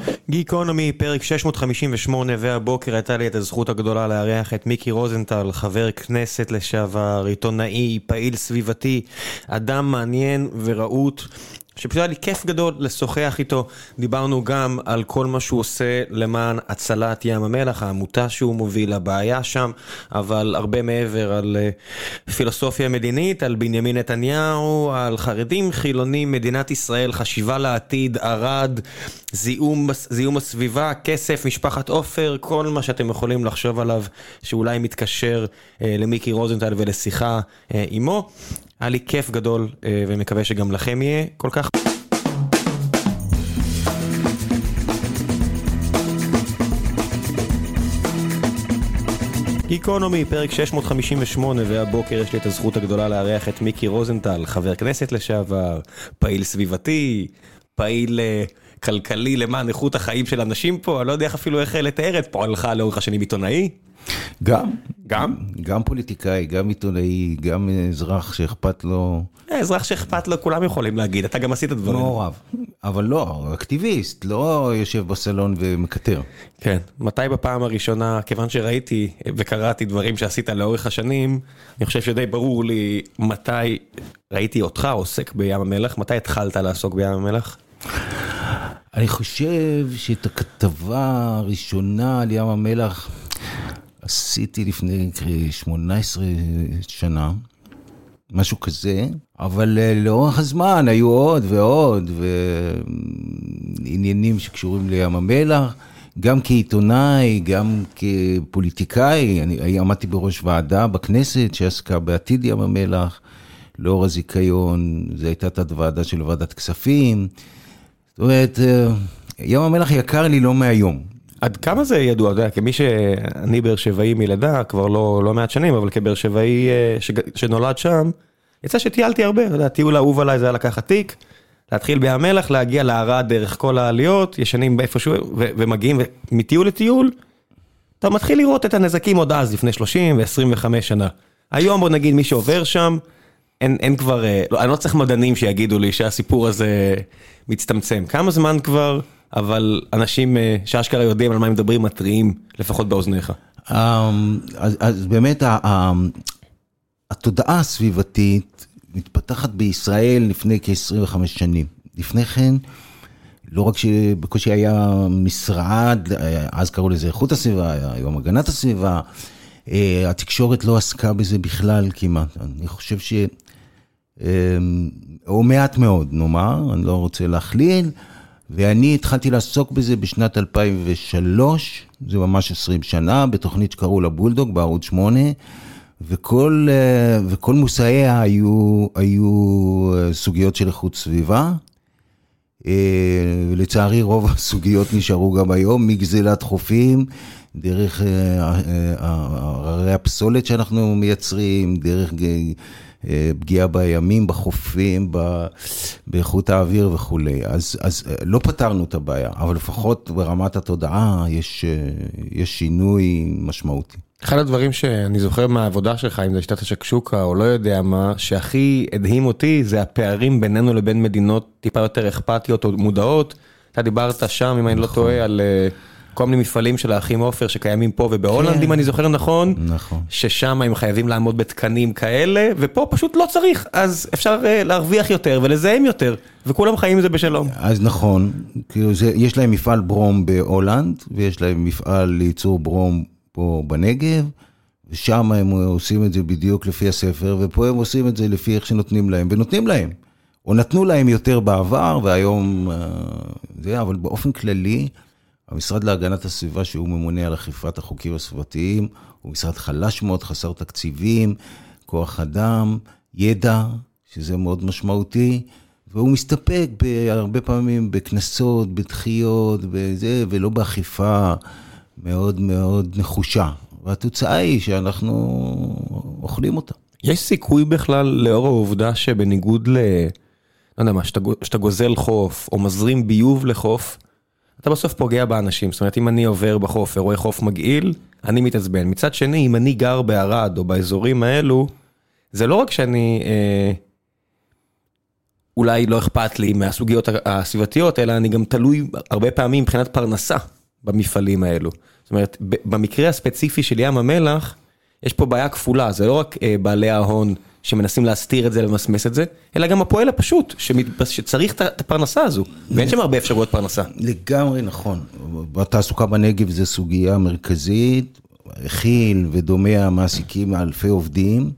גיקונומי, פרק 658, והבוקר הייתה לי את הזכות הגדולה לארח את מיקי רוזנטל, חבר כנסת לשעבר, עיתונאי, פעיל סביבתי, אדם מעניין וראות, שפשוט היה לי כיף גדול לשוחח איתו. דיברנו גם על כל מה שהוא עושה למען הצלת ים המלח, העמותה שהוא מוביל, הבעיה שם, אבל הרבה מעבר על פילוסופיה מדינית, על בנימין נתניהו, על חרדים, חילונים, מדינת ישראל, חשיבה לעתיד, ערד, זיהום הסביבה, כסף, משפחת עופר, כל מה שאתם יכולים לחשוב עליו שאולי מתקשר למיקי רוזנטל ולשיחה עמו. היה לי כיף גדול ומקווה שגם לכם יהיה כל כך. גיקונומי, פרק 658, והבוקר יש לי את הזכות הגדולה לארח את מיקי רוזנטל, חבר כנסת לשעבר, פעיל סביבתי, פעיל כלכלי למען איכות החיים של אנשים פה, אני לא יודע אפילו איך לתאר את פועלך לאורך השנים, עיתונאי? גם פוליטיקאי, גם עיתונאי, גם אזרח שאכפת לו. אזרח שאכפת לו, כולם יכולים להגיד, אתה גם עשית דברים. מעורב, אבל לא, אקטיביסט, לא יושב בסלון ומקטר. כן, מתי בפעם הראשונה, כיוון שראיתי וקראתי דברים שעשית לאורך השנים, אני חושב שדי ברור לי מתי ראיתי אותך עוסק בים המלח, מתי התחלת לעסוק בים המלח? אני חושב שאת הכתבה הראשונה על ים המלח עשיתי לפני 18 שנה, משהו כזה, אבל לאורך הזמן היו עוד ועוד, ועניינים שקשורים לים המלח, גם כעיתונאי, גם כפוליטיקאי. אני עמדתי בראש ועדה בכנסת שעסקה בעתיד ים המלח, לאור הזיכיון, זו הייתה תת ועדה של ועדת כספים. זאת אומרת, ים המלח יקר לי לא מהיום. עד כמה זה ידוע, אתה יודע, כמי שאני באר שבעי מלידה, כבר לא מעט שנים, אבל כבאר שבעי שנולד שם, יצא שטיילתי הרבה, אתה יודע, טיול אהוב עליי זה היה לקחת תיק, להתחיל בים המלח, להגיע לערד דרך כל העליות, ישנים באיפשהו, ומגיעים מטיול לטיול, אתה מתחיל לראות את הנזקים עוד אז, לפני 30 ו-25 שנה. היום בוא נגיד מי שעובר שם, אין כבר, אני לא צריך מדענים שיגידו לי שהסיפור הזה מצטמצם. כמה זמן כבר, אבל אנשים שאשכרה יודעים על מה הם מדברים, מטריעים, לפחות באוזניך. אז באמת, התודעה הסביבתית מתפתחת בישראל לפני כ-25 שנים. לפני כן, לא רק שבקושי היה משרד, אז קראו לזה איכות הסביבה, היום הגנת הסביבה, התקשורת לא עסקה בזה בכלל כמעט. אני חושב או מעט מאוד, נאמר, אני לא רוצה להכליל, ואני התחלתי לעסוק בזה בשנת 2003, זה ממש 20 שנה, בתוכנית שקראו לה בולדוג, בערוץ 8, וכל מושאיה היו סוגיות של איכות סביבה, לצערי רוב הסוגיות נשארו גם היום, מגזלת חופים, דרך הררי הפסולת שאנחנו מייצרים, דרך פגיעה בימים, בחופים, באיכות האוויר וכו'. אז לא פתרנו את הבעיה, אבל לפחות ברמת התודעה יש שינוי משמעותי. אחד הדברים שאני זוכר מהעבודה שלך, אם זה שיטת השקשוקה או לא יודע מה, שהכי הדהים אותי זה הפערים בינינו לבין מדינות טיפה יותר אכפתיות או מודעות. אתה דיברת שם, אם אני לא טועה, על כל מיני מפעלים של האחים עופר שקיימים פה ובהולנד, אם אני זוכר נכון, ששם הם חייבים לעמוד בתקנים כאלה, ופה פשוט לא צריך, אז אפשר להרוויח יותר ולזהם יותר, וכולם חיים עם זה בשלום. אז נכון, יש להם מפעל ברום בהולנד, ויש להם מפעל לייצור ברום פה בנגב, ושם הם עושים את זה בדיוק לפי הספר, ופה הם עושים את זה לפי איך שנותנים להם, ונותנים להם, או נתנו להם יותר בעבר, והיום זה, אבל באופן כללי, המשרד להגנת הסביבה שהוא ממונה על אכיפת החוקים הסביבתיים, הוא משרד חלש מאוד, חסר תקציבים, כוח אדם, ידע, שזה מאוד משמעותי, והוא מסתפק הרבה פעמים בכנסות, בדחיות, בזה, ולא באכיפה מאוד מאוד נחושה. והתוצאה היא שאנחנו אוכלים אותה. יש סיכוי בכלל לאור העובדה שבניגוד לא יודע מה, שאתה גוזל חוף או מזרים ביוב לחוף, אתה בסוף פוגע באנשים. זאת אומרת, אם אני עובר בחוף ורואה חוף מגעיל, אני מתעצבן. מצד שני, אם אני גר בערד או באזורים האלו, זה לא רק שאני אולי לא אכפת לי מהסוגיות הסביבתיות, אלא אני גם תלוי הרבה פעמים מבחינת פרנסה במפעלים האלו. זאת אומרת, במקרה הספציפי של ים המלח, יש פה בעיה כפולה, זה לא רק בעלי ההון שמנסים להסתיר את זה ולמסמס את זה, אלא גם הפועל הפשוט, שצריך את הפרנסה הזו, ואין שם הרבה אפשרויות פרנסה. לגמרי נכון. בתעסוקה בנגב זה סוגיה מרכזית, כי"ל ודומה המעסיקים אלפי עובדים,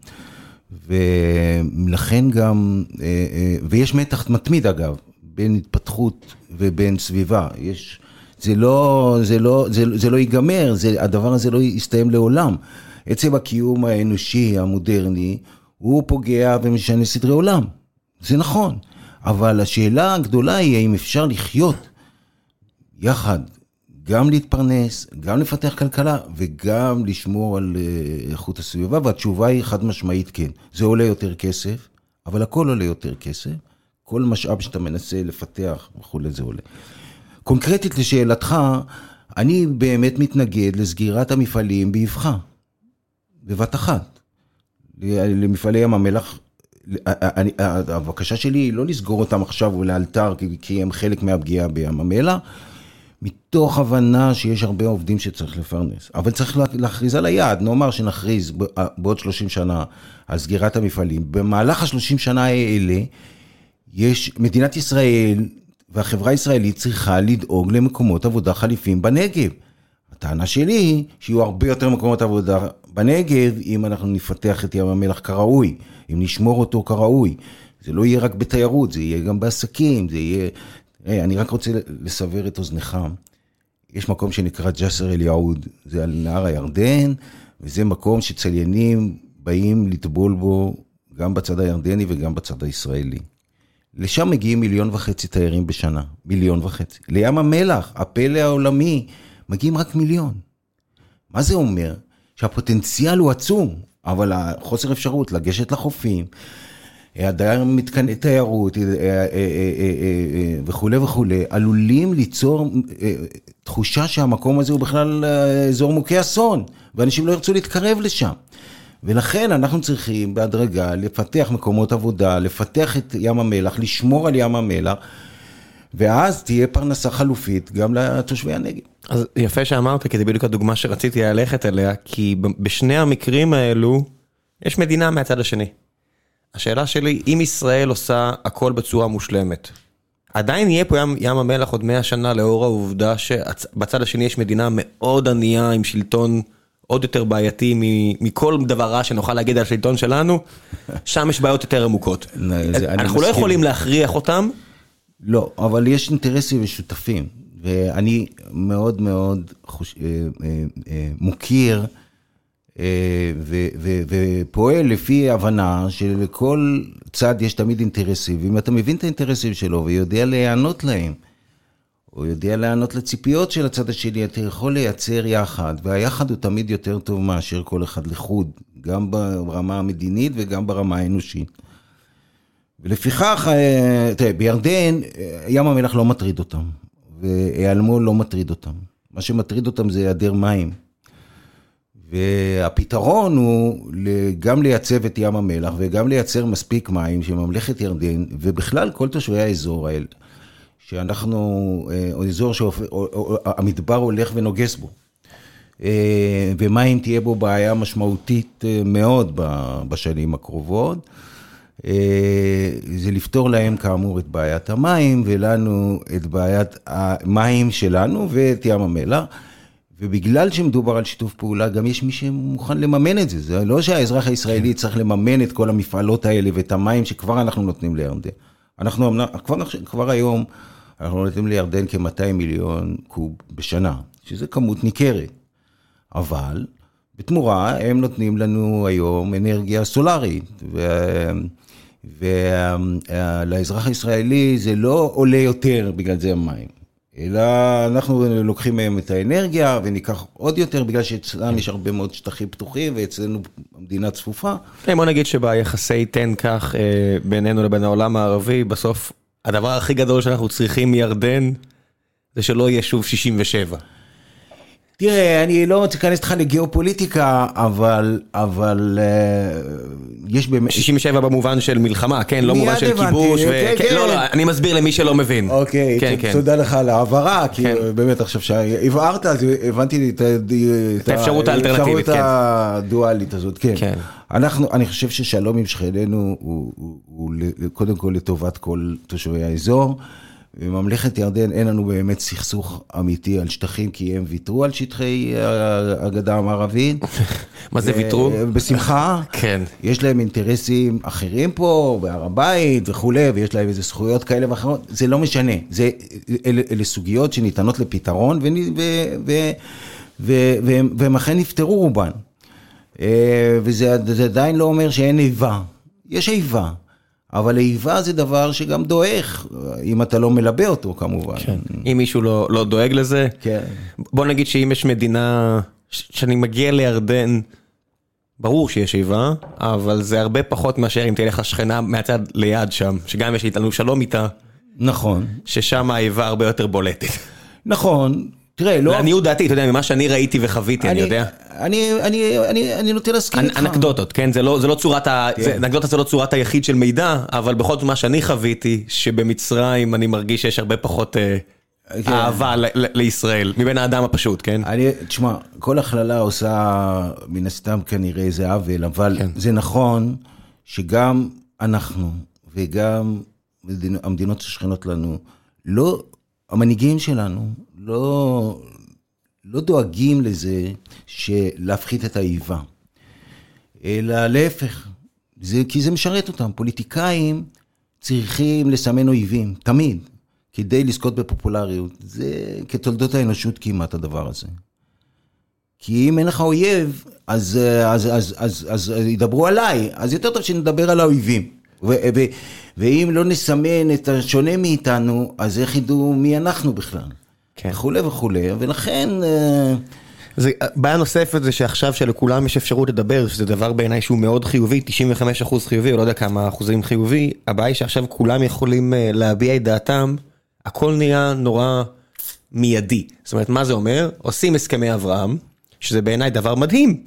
ולכן גם, ויש מתח מתמיד אגב, בין התפתחות ובין סביבה. זה לא ייגמר, הדבר הזה לא יסתיים לעולם. עצם הקיום האנושי המודרני, הוא פוגע ומשנה סדרי עולם. זה נכון. אבל השאלה הגדולה היא, האם אפשר לחיות יחד, גם להתפרנס, גם לפתח כלכלה, וגם לשמור על איכות הסביבה, והתשובה היא חד משמעית כן. זה עולה יותר כסף, אבל הכל עולה יותר כסף. כל משאב שאתה מנסה לפתח, וכו' זה עולה. קונקרטית לשאלתך, אני באמת מתנגד לסגירת המפעלים באבחה, בבת אחת. למפעלי ים המלח, הבקשה שלי היא לא לסגור אותם עכשיו ולאלתר, כי הם חלק מהפגיעה בים המלח, מתוך הבנה שיש הרבה עובדים שצריך לפרנס. אבל צריך להכריז על היעד, נאמר שנכריז בעוד 30 שנה על סגירת המפעלים. במהלך ה-30 שנה האלה, יש מדינת ישראל והחברה הישראלית צריכה לדאוג למקומות עבודה חליפים בנגב. הטענה שלי היא שיהיו הרבה יותר מקומות עבודה בנגב, אם אנחנו נפתח את ים המלח כראוי, אם נשמור אותו כראוי. זה לא יהיה רק בתיירות, זה יהיה גם בעסקים, זה יהיה... אני רק רוצה לסבר את אוזנך. יש מקום שנקרא ג'סר אל יעוד, זה על נהר הירדן, וזה מקום שצליינים באים לטבול בו גם בצד הירדני וגם בצד הישראלי. לשם מגיעים 1.5 מיליון תיירים בשנה, 1.5 מיליון. לים המלח, הפלא העולמי, מגיעים רק 1 מיליון. מה זה אומר? שהפוטנציאל הוא עצום, אבל החוסר אפשרות לגשת לחופים, היעדר מתקני תיירות וכו' וכו', עלולים ליצור תחושה שהמקום הזה הוא בכלל אזור מוכה אסון, ואנשים לא ירצו להתקרב לשם. ולכן אנחנו צריכים בהדרגה לפתח מקומות עבודה, לפתח את ים המלח, לשמור על ים המלח, ואז תהיה פרנסה חלופית גם לתושבי הנגב. אז יפה שאמרת, כי זה בדיוק הדוגמה שרציתי ללכת אליה, כי בשני המקרים האלו, יש מדינה מהצד השני. השאלה שלי, אם ישראל עושה הכל בצורה מושלמת, עדיין יהיה פה ים המלח עוד 100 שנה לאור העובדה שבצד השני יש מדינה מאוד ענייה עם שלטון עוד יותר בעייתי מכל דבר רע שנוכל להגיד על השלטון שלנו, שם יש בעיות יותר עמוקות. אנחנו לא יכולים להכריח אותם. לא, אבל יש אינטרסים משותפים, ואני מאוד מאוד מוכיר ופועל לפי הבנה שלכל צד יש תמיד אינטרסים, ואם אתה מבין את האינטרסים שלו ויודע להיענות להם, או יודע לענות לציפיות של הצד השני, אתה יכול לייצר יחד, והיחד הוא תמיד יותר טוב מאשר כל אחד לחוד, גם ברמה המדינית וגם ברמה האנושית. ולפיכך, תראה, בירדן, ים המלח לא מטריד אותם, והיעלמו לא מטריד אותם. מה שמטריד אותם זה היעדר מים. והפתרון הוא גם לייצב את ים המלח, וגם לייצר מספיק מים שממלכת ירדן, ובכלל כל תושבי האזור האלה, שאנחנו, אזור שהמדבר הולך ונוגס בו, ומים תהיה בו בעיה משמעותית מאוד בשנים הקרובות, זה לפתור להם כאמור את בעיית המים, ולנו את בעיית המים שלנו ואת ים המלח, ובגלל שמדובר על שיתוף פעולה, גם יש מי שמוכן לממן את זה. זה לא שהאזרח הישראלי צריך לממן את כל המפעלות האלה, ואת המים שכבר אנחנו נותנים לירדן. אנחנו כבר היום, אנחנו נותנים לירדן כ-200 מיליון קוב בשנה, שזה כמות ניכרת. אבל בתמורה הם נותנים לנו היום אנרגיה סולארית, ולאזרח הישראלי זה לא עולה יותר בגלל זה המים, אלא אנחנו לוקחים מהם את האנרגיה וניקח עוד יותר, בגלל שאצלנו יש הרבה מאוד שטחים פתוחים, ואצלנו המדינה צפופה. בוא נגיד שביחסי תן כך בינינו לבין העולם הערבי, בסוף הדבר הכי גדול שאנחנו צריכים מירדן, זה שלא יהיה שוב 67. תראה, אני לא רוצה להיכנס לך לגיאופוליטיקה, אבל יש באמת... 67 במובן של מלחמה, כן? לא מובן של כיבוש. לא, אני מסביר למי שלא מבין. אוקיי, תודה לך על העברה, כי באמת עכשיו שהבהרת, אז הבנתי את האפשרות האלטרנטיבית, כן. הדואלית הזאת, כן. אני חושב ששלום עם שכנינו הוא קודם כל לטובת כל תושבי האזור, בממלכת ירדן אין לנו באמת סכסוך אמיתי על שטחים, כי הם ויתרו על שטחי הגדה המערבית. מה זה ויתרו? בשמחה. כן. יש להם אינטרסים אחרים פה, בהר הבית וכו', ויש להם איזה זכויות כאלה ואחרות. זה לא משנה. אלה סוגיות שניתנות לפתרון, והם אכן נפטרו רובן. וזה עדיין לא אומר שאין איבה. יש איבה. אבל איבה זה דבר שגם דואך, אם אתה לא מלבה אותו כמובן. כן. אם מישהו לא דואג לזה, כן. בוא נגיד שאם יש מדינה, שאני מגיע לירדן, ברור שיש איבה, אבל זה הרבה פחות מאשר אם תלך השכנה מהצד ליד שם, שגם יש לנו שלום איתה. נכון. ששם האיבה הרבה יותר בולטת. נכון. תראה, לא... לעניות דעתי, אתה יודע, ממה שאני ראיתי וחוויתי, אני יודע. אני נוטה להסכים איתך. אנקדוטות, כן? זה לא צורת אנקדוטה זה לא צורת היחיד של מידע, אבל בכל זאת מה שאני חוויתי, שבמצרים אני מרגיש שיש הרבה פחות אהבה לישראל, מבין האדם הפשוט, כן? תשמע, כל הכללה עושה מן הסתם כנראה איזה עוול, אבל זה נכון שגם אנחנו, וגם המדינות השכנות לנו, המנהיגים שלנו לא דואגים לזה להפחית את האיבה, אלא להפך, כי זה משרת אותם. פוליטיקאים צריכים לסמן אויבים, תמיד, כדי לזכות בפופולריות. זה כתולדות האנושות כמעט הדבר הזה. כי אם אין לך אויב, אז ידברו עליי, אז יותר טוב שנדבר על האויבים. ואם לא נסמן את השונה מאיתנו, אז איך ידעו מי אנחנו בכלל? וכו' וכו', ולכן... בעיה נוספת זה שעכשיו שלכולם יש אפשרות לדבר, שזה דבר בעיניי שהוא מאוד חיובי, 95% חיובי, או לא יודע כמה אחוזים חיובי, הבעיה היא שעכשיו כולם יכולים להביע את דעתם, הכל נהיה נורא מיידי. זאת אומרת, מה זה אומר? עושים הסכמי אברהם, שזה בעיניי דבר מדהים,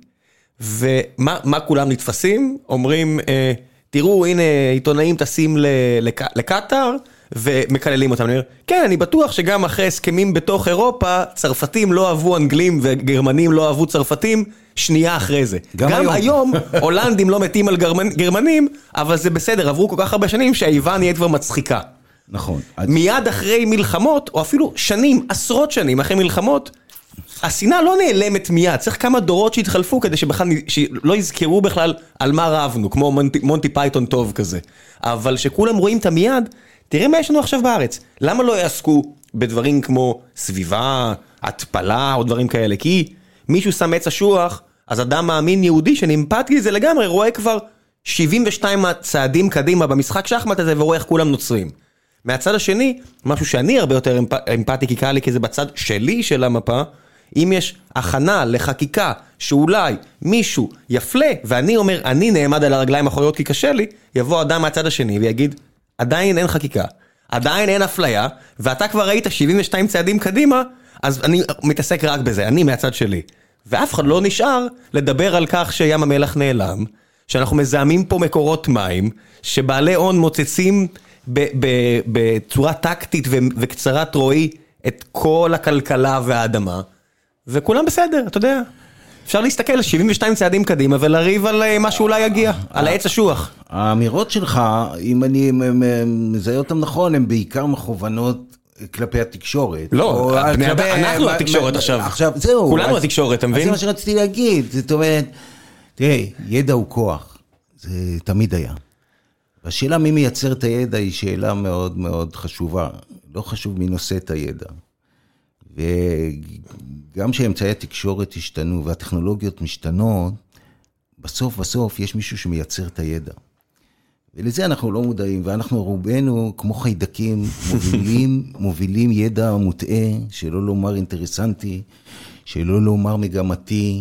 ומה כולם נתפסים? אומרים, תראו, הנה עיתונאים טסים לקטר, ומקללים אותם. אני אומר, כן, אני בטוח שגם אחרי הסכמים בתוך אירופה, צרפתים לא אהבו אנגלים וגרמנים לא אהבו צרפתים, שנייה אחרי זה. גם היום הולנדים לא מתים על גרמנים, אבל זה בסדר, עברו כל כך הרבה שנים שהאיבה נהיית כבר מצחיקה. נכון. מיד אחרי מלחמות, או אפילו שנים, עשרות שנים אחרי מלחמות, השנאה לא נעלמת מיד, צריך כמה דורות שהתחלפו כדי שלא יזכרו בכלל על מה רבנו, כמו מונטי פייתון טוב כזה. אבל שכולם רואים את המיד, תראה מה יש לנו עכשיו בארץ. למה לא יעסקו בדברים כמו סביבה, התפלה או דברים כאלה? כי מישהו שם עץ אשוח, אז אדם מאמין יהודי שנמפתי זה לגמרי, רואה כבר 72 צעדים קדימה במשחק שחמט הזה ורואה איך כולם נוצרים. מהצד השני, משהו שאני הרבה יותר אמפתי כי קל לי, כי זה בצד שלי של המפה, אם יש הכנה לחקיקה שאולי מישהו יפלה, ואני אומר, אני נעמד על הרגליים האחוריות כי קשה לי, יבוא אדם מהצד השני ויגיד, עדיין אין חקיקה, עדיין אין אפליה, ואתה כבר ראית 72 צעדים קדימה, אז אני מתעסק רק בזה, אני מהצד שלי. ואף אחד לא נשאר לדבר על כך שים המלח נעלם, שאנחנו מזהמים פה מקורות מים, שבעלי הון מוצצים בצורה טקטית וקצרת רואי את כל הכלכלה והאדמה, וכולם בסדר, אתה יודע. אפשר להסתכל על 72 צעדים קדימה ולריב על מה שאולי יגיע, על העץ אשוח. האמירות שלך, אם אני מזהה אותם נכון, הן בעיקר מכוונות כלפי התקשורת. לא, אנחנו התקשורת עכשיו. עכשיו, זהו. כולנו התקשורת, אתה מבין? זה מה שרציתי להגיד. זאת אומרת, תראה, ידע הוא כוח. זה תמיד היה. והשאלה מי מייצר את הידע היא שאלה מאוד מאוד חשובה. לא חשוב מי נושא את הידע. וגם שאמצעי התקשורת השתנו והטכנולוגיות משתנות, בסוף יש מישהו שמייצר את הידע. ולזה אנחנו לא מודעים, ואנחנו רובנו כמו חיידקים מובילים ידע מוטעה, שלא לומר אינטרסנטי, שלא לומר מגמתי,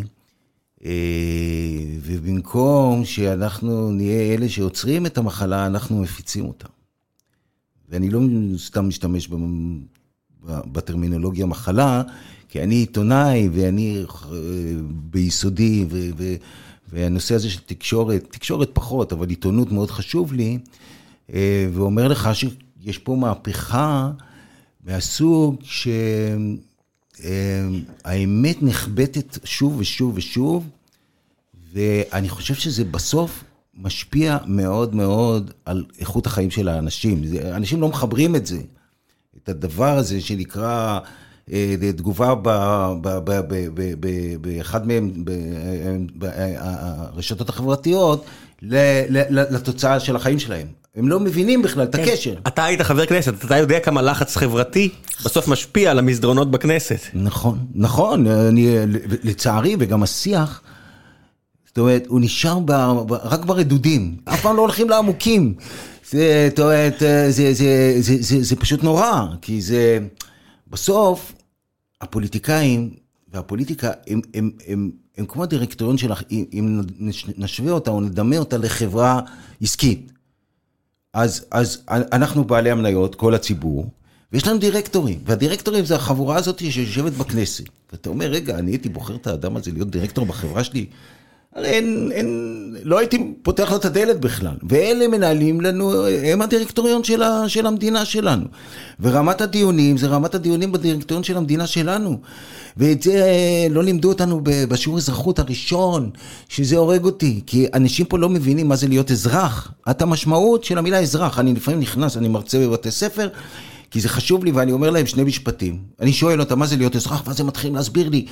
ובמקום שאנחנו נהיה אלה שעוצרים את המחלה, אנחנו מפיצים אותה. ואני לא סתם משתמש בטרמינולוגיה מחלה, כי אני עיתונאי ואני ביסודי, והנושא הזה של תקשורת פחות, אבל עיתונות מאוד חשוב לי, ואומר לך שיש פה מהפכה מהסוג שהאמת נחבטת שוב ושוב ושוב, ואני חושב שזה בסוף משפיע מאוד מאוד על איכות החיים של האנשים. אנשים לא מחברים את זה, את הדבר הזה שנקרא תגובה באחד מהם, ברשתות החברתיות, לתוצאה של החיים שלהם. הם לא מבינים בכלל את הקשר. אתה היית חבר כנסת, אתה יודע כמה לחץ חברתי בסוף משפיע על המסדרונות בכנסת. נכון, לצערי, וגם השיח, זאת אומרת, הוא נשאר רק ברדודים, אף פעם לא הולכים לעמוקים. זאת אומרת, זה פשוט נורא, כי זה, בסוף, הפוליטיקאים והפוליטיקה, הם כמו הדירקטוריון שלך, אם נשווה אותה או נדמה אותה לחברה עסקית, אז אנחנו בעלי המניות, כל הציבור, ויש לנו דירקטורים, והדירקטורים זה החבורה הזאת שיושבת בכנסת. ואתה אומר, רגע, אני הייתי בוחר את האדם הזה להיות דירקטור בחברה שלי, הרי לא הייתי פותח לו את הדלת בכלל, ואלה מנהלים לנו, הם הדירקטוריון של המדינה שלנו, ורמת הדיונים, זה רמת הדיונים בדירקטוריון של המדינה שלנו, ואת זה לא לימדו אותנו בשיעור אזרחות הראשון, שזה הורג אותי, כי אנשים פה לא מבינים מה זה להיות אזרח, את המשמעות של המילה אזרח, אני לפעמים נכנס, אני מרצה בבתי ספר, כי זה חשוב לי, ואני אומר להם שני משפטים, אני שואל אותם מה זה להיות אזרח, ואז הם מתחילים להסביר לי,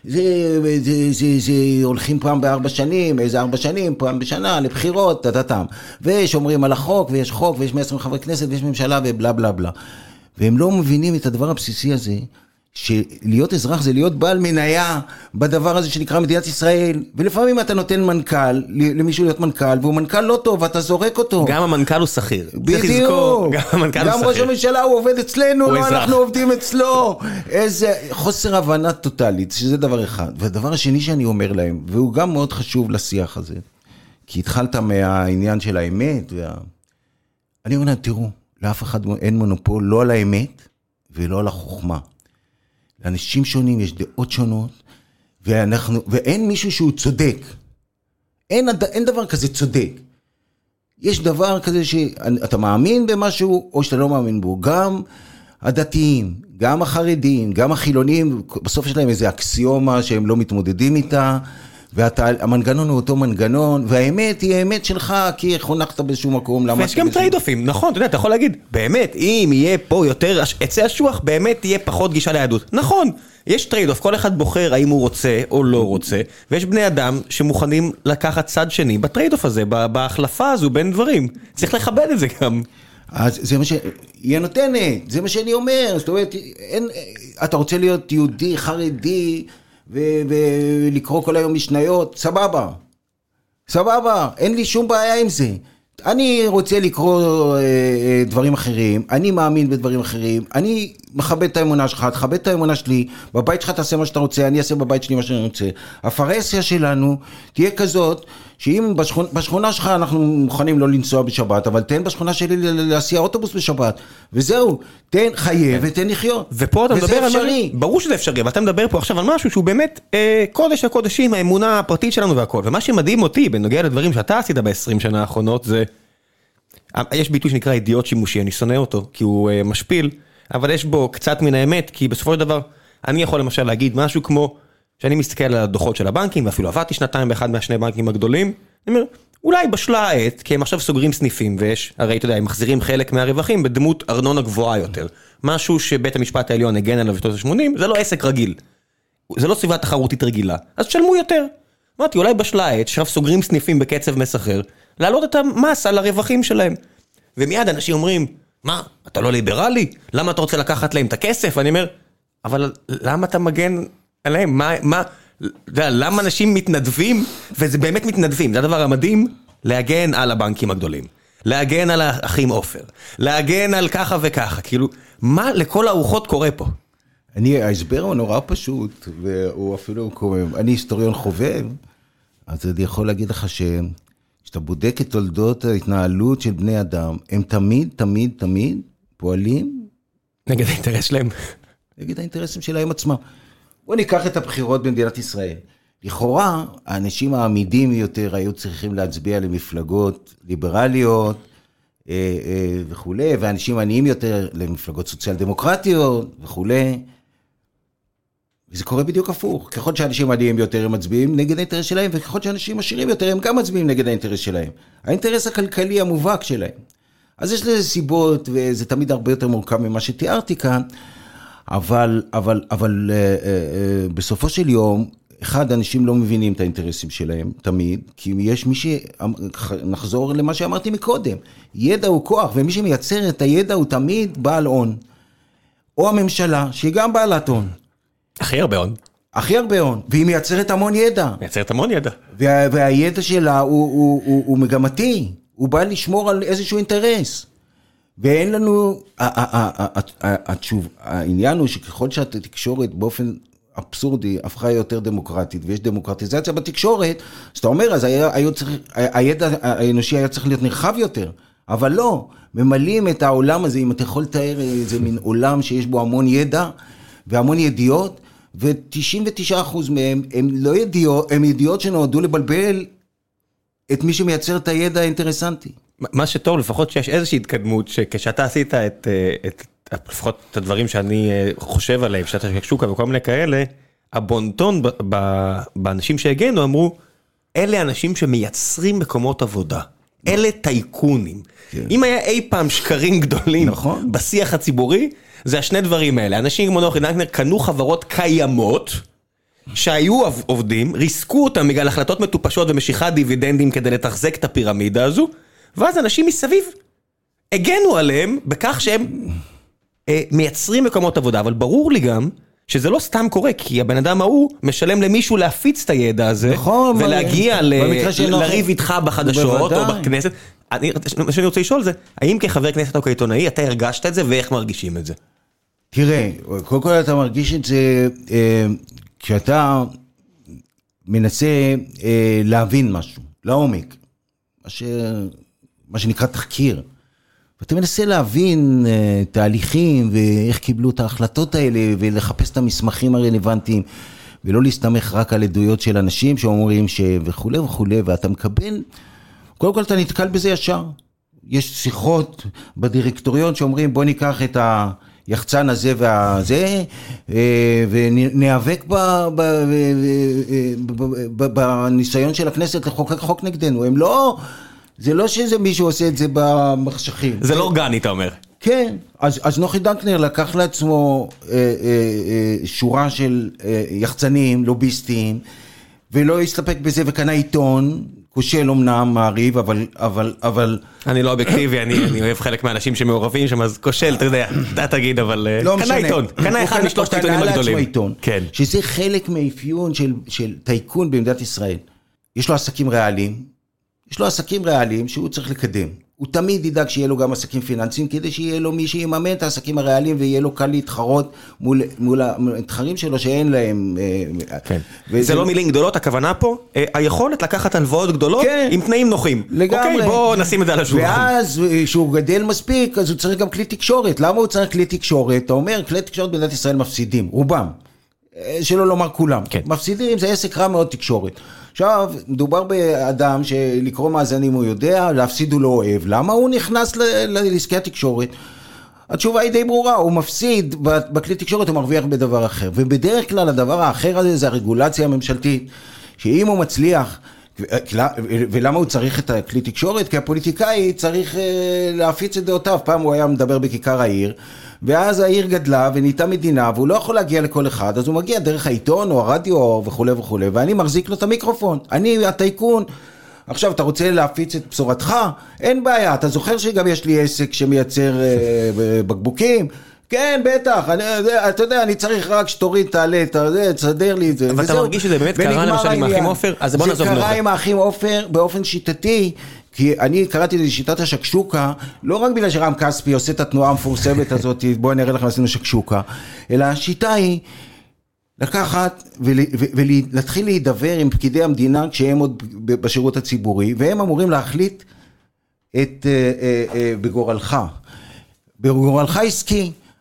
זה הולכים פעם ב4 שנים, איזה 4 שנים, פעם בשנה, לבחירות, תתתם. ושומרים על החוק, ויש חוק, ויש 120 חברי כנסת, ויש ממשלה, ובלה בלה בלה. והם לא מבינים את הדבר הבסיסי הזה, שלהיות אזרח זה להיות בעל מניה בדבר הזה שנקרא מדינת ישראל, ולפעמים אתה נותן מנכ"ל, למישהו להיות מנכ"ל, והוא מנכ"ל לא טוב, ואתה זורק אותו. גם המנכ"ל הוא שכיר. בדיוק. גם ראש הממשלה הוא עובד אצלנו, לא אנחנו עובדים אצלו. איזה חוסר הבנה טוטלית, שזה דבר אחד. והדבר השני שאני אומר להם, והוא גם מאוד חשוב לשיח הזה, כי התחלת מהעניין של האמת, אני אומר להם, תראו, לאף אחד אין מונופול, לא על האמת, ולא על החוכמה. לאנשים שונים יש דעות שונות, ואין מישהו שהוא צודק. אין דבר כזה צודק. יש דבר כזה שאתה מאמין במשהו, או שאתה לא מאמין בו. גם הדתיים, גם החרדים, גם החילונים, בסוף יש להם איזו אקסיומה שהם לא מתמודדים איתה, והמנגנון הוא אותו מנגנון, והאמת היא האמת שלך, כי חונכת באיזשהו מקום. ויש גם טרייד-אופים, נכון, אתה יודע, אתה יכול להגיד, באמת, אם יהיה פה יותר עצי השוח, באמת תהיה פחות גישה ליהדות. נכון, יש טרייד-אוף, כל אחד בוחר האם הוא רוצה או לא רוצה, ויש בני אדם שמוכנים לקחת צד שני בטרייד-אוף הזה, בהחלפה הזו בין דברים. צריך לכבד את זה גם. אז זה מה שהיא נותנת, זה מה שאני אומר, זאת אומרת, אתה רוצה להיות יהודי, חרדי, ולקרוא כל היום משניות, סבבה, אין לי שום בעיה עם זה. אני רוצה לקרוא דברים אחרים, אני מאמין בדברים אחרים, אני מכבד את האמונה שלך, תכבד את האמונה שלי, בבית שלך תעשה מה שאתה רוצה, אני אעשה בבית שלי מה שאני רוצה. הפרהסיה שלנו תהיה כזאת, שאם בשכונה שלך אנחנו מוכנים לא לנסוע בשבת, אבל תן בשכונה שלי להסיע אוטובוס בשבת, וזהו, תן חייב ותן לחיות. ופה אתה מדבר על משהו, ברור שזה אפשרי, ואתה מדבר פה עכשיו על משהו שהוא באמת קודש הקודשים, האמונה הפרטית שלנו והכל, ומה שמדהים אותי בנוגע לדברים שאתה עשית ב-20 שנה האחרונות, זה, יש ביטוי שנקרא אידיוט שימושי, אני שונא אותו, כי הוא משפיל, אבל יש בו קצת מן האמת, כי בסופו של דבר, אני יכול למשל להגיד משהו כמו, שאני מסתכל על הדוחות של הבנקים, ואפילו עבדתי שנתיים באחד מהשני בנקים הגדולים, אני אומר, אולי בשלה העת, כי הם עכשיו סוגרים סניפים, ויש, הרי אתה יודע, הם מחזירים חלק מהרווחים בדמות ארנונה גבוהה יותר. משהו שבית המשפט העליון הגן עליו בשנות ה-80, זה לא עסק רגיל. זה לא סביבה תחרותית רגילה. אז תשלמו יותר. אמרתי, אולי בשלה העת, שעכשיו סוגרים סניפים בקצב מסחרר, להעלות את המס על הרווחים שלהם. ומיד אנשים אומרים, מה, אתה לא ליברלי? למה אתה רוצה לקחת להם את הכסף? אני אומר, אבל למה אתה מגן עליהם? למה אנשים מתנדבים? וזה באמת מתנדבים. זה הדבר המדהים, להגן על הבנקים הגדולים. להגן על האחים עופר. להגן על ככה וככה. כאילו, מה לכל הארוחות קורה פה? ההסבר הוא נורא פשוט, והוא אפילו קומם. אני היסטוריון חובב, אז אני יכול להגיד לך שאתה בודק את תולדות ההתנהלות של בני אדם, הם תמיד פועלים נגד האינטרס שלהם. נגד האינטרסים שלהם עצמם. בואו ניקח את הבחירות במדינת ישראל. לכאורה, האנשים העמידים יותר היו צריכים להצביע למפלגות ליברליות וכו', ואנשים עניים יותר למפלגות סוציאל דמוקרטיות וכו'. וזה קורה בדיוק הפוך. ככל שאנשים עניים יותר הם מצביעים נגד האינטרס שלהם, וככל שאנשים עשירים יותר הם גם מצביעים נגד האינטרס שלהם. האינטרס הכלכלי המובהק שלהם. אז יש לזה סיבות, וזה תמיד הרבה יותר מורכב ממה שתיארתי כאן, אבל בסופו של יום, אחד, אנשים לא מבינים את האינטרסים שלהם, תמיד, כי יש מי נחזור למה שאמרתי מקודם, ידע הוא כוח, ומי שמייצר את הידע הוא תמיד בעל הון. או הממשלה, שהיא גם בעלת הון. הכי הרבה הון. הכי הרבה הון, והיא מייצרת המון ידע. מייצרת המון ידע. והידע שלה הוא מגמתי, הוא בא לשמור על איזשהו אינטרס. ואין לנו, העניין הוא שככל שהתקשורת באופן אבסורדי הפכה יותר דמוקרטית, ויש דמוקרטיזציה בתקשורת, אז אתה אומר, אז הידע האנושי היה צריך להיות נרחב יותר, אבל לא, ממלאים את העולם הזה, אם אתה יכול לתאר איזה מין עולם שיש בו המון ידע, והמון ידיעות, ו99% מהם הם לא ידיעות, הם ידיעות שנועדו לבלבל את מי שמייצר את הידע האינטרסנטי. מה שטוב, לפחות שיש איזושהי התקדמות, שכשאתה עשית לפחות את הדברים שאני חושב עליהם, שאתה שקשוקה וכל מיני כאלה, הבונטון באנשים שהגנו אמרו, אלה אנשים שמייצרים מקומות עבודה. אלה טייקונים. אם היה אי פעם שקרים גדולים בשיח הציבורי, זה השני דברים האלה. אנשים כמו נוחי דנקנר קנו חברות קיימות, שהיו עובדים, ריסקו אותם בגלל החלטות מטופשות ומשיכת דיבידנדים כדי לתחזק את הפירמידה הזו, ואז אנשים מסביב הגנו עליהם בכך שהם מייצרים מקומות עבודה, אבל ברור לי גם שזה לא סתם קורה, כי הבן אדם ההוא משלם למישהו להפיץ את הידע הזה, ולהגיע לריב איתך בחדשות או בכנסת. מה שאני רוצה לשאול זה, האם כחבר כנסת או כעיתונאי, אתה הרגשת את זה ואיך מרגישים את זה? תראה, קודם כל אתה מרגיש את זה, כשאתה מנסה להבין משהו, לעומק, מה שנקרא תחקיר, ואתה מנסה להבין תהליכים ואיך קיבלו את ההחלטות האלה, ולחפש את המסמכים הרלוונטיים, ולא להסתמך רק על עדויות של אנשים שאומרים וכו' וכו', ואתה מקבל, קודם כל אתה נתקל בזה ישר. יש שיחות בדירקטוריון שאומרים בוא ניקח את היחצן הזה והזה, ונאבק בניסיון של הכנסת לחוקק חוק נגדנו. הם לא, זה לא שזה מישהו עושה את זה במחשכים. זה לא אורגני, אתה אומר. כן, אז נוחי דנקנר לקח לעצמו שורה של יחצנים, לוביסטים, ולא הסתפק בזה וקנה עיתון, כושל אומנם מעריב, אבל... אני לא אובייקטיבי, אני אוהב חלק מהאנשים שמעורבים שם, אז כושל, אתה יודע, אתה תגיד, אבל... קנה עיתון, קנה אחד משלושת העיתונים הגדולים. כן. שזה חלק מאפיון של טייקון במדינת ישראל. יש לו עסקים ריאליים, שהוא צריך לקדם. הוא תמיד ידאג שיהיה לו גם עסקים פיננסיים, כדי שיהיה לו מי שיממן את העסקים הריאליים, ויהיה לו קל להתחרות מול המתחרים שלו שאין להם... כן. זה לא מילים גדולות, הכוונה פה, היכולת לקחת הלוואות גדולות עם תנאים נוחים. לגמרי. אוקיי, בואו נשים את זה על השולחן. ואז, כשהוא גדל מספיק, אז הוא צריך גם כלי תקשורת. למה הוא צריך כלי תקשורת? אתה אומר, כלי תקשורת במדינת ישראל מפסידים, רובם. שלא לומר כולם. כן. מפסידים, זה עסק רע מאוד תקשורת. עכשיו, מדובר באדם שלקרוא מאזנים הוא יודע, להפסיד הוא לא אוהב. למה הוא נכנס לעסקי התקשורת? התשובה היא די ברורה, הוא מפסיד בכלי תקשורת, הוא מרוויח בדבר אחר. ובדרך כלל הדבר האחר הזה זה הרגולציה הממשלתית, שאם הוא מצליח, ולמה הוא צריך את הכלי תקשורת? כי הפוליטיקאי צריך להפיץ את דעותיו. פעם הוא היה מדבר בכיכר העיר, ואז העיר גדלה ונהייתה מדינה, והוא לא יכול להגיע לכל אחד, אז הוא מגיע דרך העיתון או הרדיו וכו' וכו', ואני מחזיק לו את המיקרופון, אני הטייקון. עכשיו, אתה רוצה להפיץ את בשורתך? אין בעיה, אתה זוכר שגם יש לי עסק שמייצר בקבוקים? כן, בטח, אתה יודע, אני צריך רק שתוריד, תעלה, תסדר לי את זה. אבל אתה מרגיש שזה באמת קרה למשל עם האחים עופר? אז בוא נעזוב נוחי. זה קרה עם האחים עופר באופן שיטתי, כי אני קראתי את שיטת השקשוקה, לא רק בגלל שרם כספי עושה את התנועה המפורסמת הזאת, בואו נראה לכם עשינו שקשוקה, אלא השיטה היא לקחת ולהתחיל להידבר עם פקידי המדינה כשהם עוד בשירות הציבורי, והם אמורים להחליט בגורלך עסקי.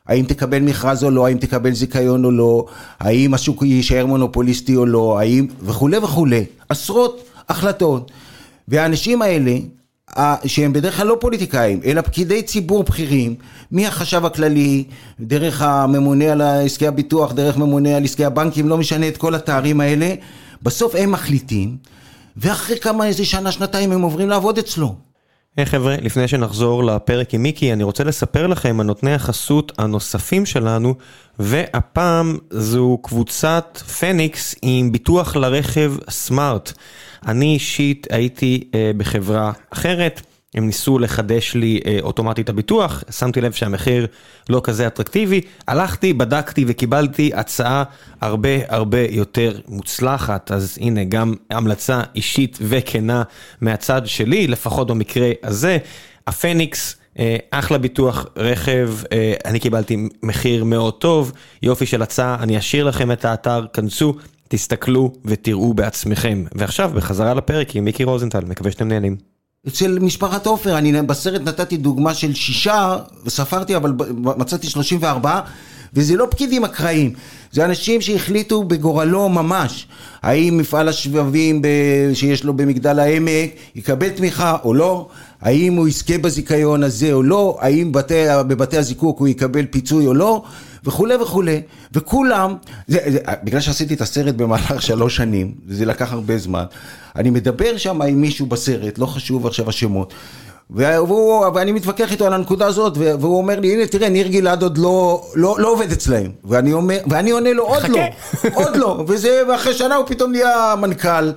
האם תקבל מכרז או לא, האם תקבל זיכיון או לא, האם השוק יישאר מונופוליסטי או לא, האם וכו' וכו'. עשרות החלטות. והאנשים האלה, שהם בדרך כלל לא פוליטיקאים, אלא פקידי ציבור בכירים, מהחשב הכללי, דרך הממונה על עסקי הביטוח, דרך ממונה על עסקי הבנקים, לא משנה את כל התארים האלה, בסוף הם מחליטים, ואחרי כמה איזה שנה, שנתיים הם עוברים לעבוד אצלו. חבר'ה, לפני שנחזור לפרק עם מיקי, אני רוצה לספר לכם על נותני החסות הנוספים שלנו, והפעם זו קבוצת פניקס עם ביטוח לרכב סמארט. אני אישית הייתי בחברה אחרת, הם ניסו לחדש לי אוטומטית הביטוח, שמתי לב שהמחיר לא כזה אטרקטיבי, הלכתי, בדקתי וקיבלתי הצעה הרבה יותר מוצלחת, אז הנה גם המלצה אישית וכנה מהצד שלי, לפחות במקרה הזה, הפניקס, אחלה ביטוח רכב, אני קיבלתי מחיר מאוד טוב, יופי של הצעה, אני אשאיר לכם את האתר, כנסו, תסתכלו ותראו בעצמכם. ועכשיו בחזרה לפרק עם מיקי רוזנטל, מקווה שאתם נהנים. אצל משפחת עופר, אני בסרט נתתי דוגמה של 6, וספרתי, אבל מצאתי 34, וזה לא פקידים אקראיים, זה אנשים שהחליטו בגורלו ממש, האם מפעל השבבים שיש לו במגדל העמק יקבל תמיכה או לא, האם הוא יזכה בזיכיון הזה או לא, האם בבתי הזיקוק הוא יקבל פיצוי או לא, וכו' וכו'. וכולם, בגלל שעשיתי את הסרט במהלך 3 שנים, זה לקח הרבה זמן, אני מדבר שם עם מישהו בסרט, לא חשוב עכשיו השמות, ואני מתווכח איתו על הנקודה הזאת, והוא אומר לי, הנה תראה, ניר גלעד עוד לא עובד אצלהם, ואני עונה לו, עוד לא, ואחרי שנה הוא פתאום נהיה מנכ"ל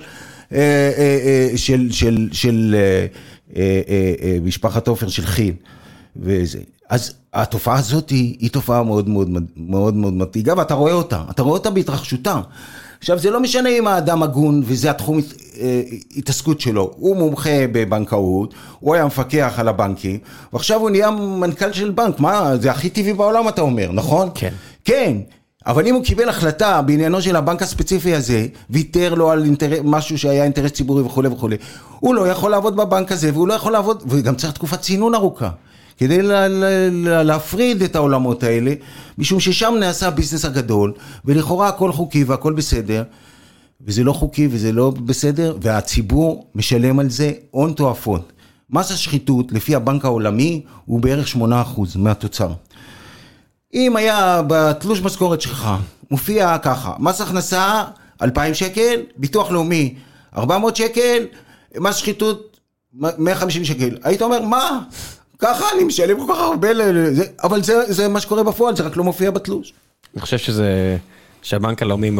של משפחת עופר של חיל, אז התופעה הזאת היא תופעה מאוד מדאיגה, ואתה רואה אותה בהתרחשותה. עכשיו זה לא משנה אם האדם הגון, וזה התחום התעסקות שלו, הוא מומחה בבנקאות, הוא היה מפקח על הבנקים, ועכשיו הוא נהיה מנכ"ל של בנק, מה, זה הכי טבעי בעולם אתה אומר, נכון? כן. כן, אבל אם הוא קיבל החלטה בעניינו של הבנק הספציפי הזה, ויתר לו על משהו שהיה אינטרס ציבורי וכו' וכו', הוא לא יכול לעבוד בבנק הזה, והוא לא יכול לעבוד, וגם צריך תקופת צינון ארוכה. כדי להפריד את העולמות האלה, משום ששם נעשה הביזנס הגדול, ולכאורה הכל חוקי והכל בסדר, וזה לא חוקי וזה לא בסדר, והציבור משלם על זה הון תועפות. מס השחיתות, לפי הבנק העולמי, הוא בערך 8% מהתוצר. אם היה בתלוש משכורת שלך, מופיע ככה, מס הכנסה 2,000 שקל, ביטוח לאומי 400 שקל, מס שחיתות 150 שקל. היית אומר, מה? ככה אני משלם כל כך הרבה, אבל זה מה שקורה בפועל, זה רק לא מופיע בתלוש. אני חושב שהבנק הלאומי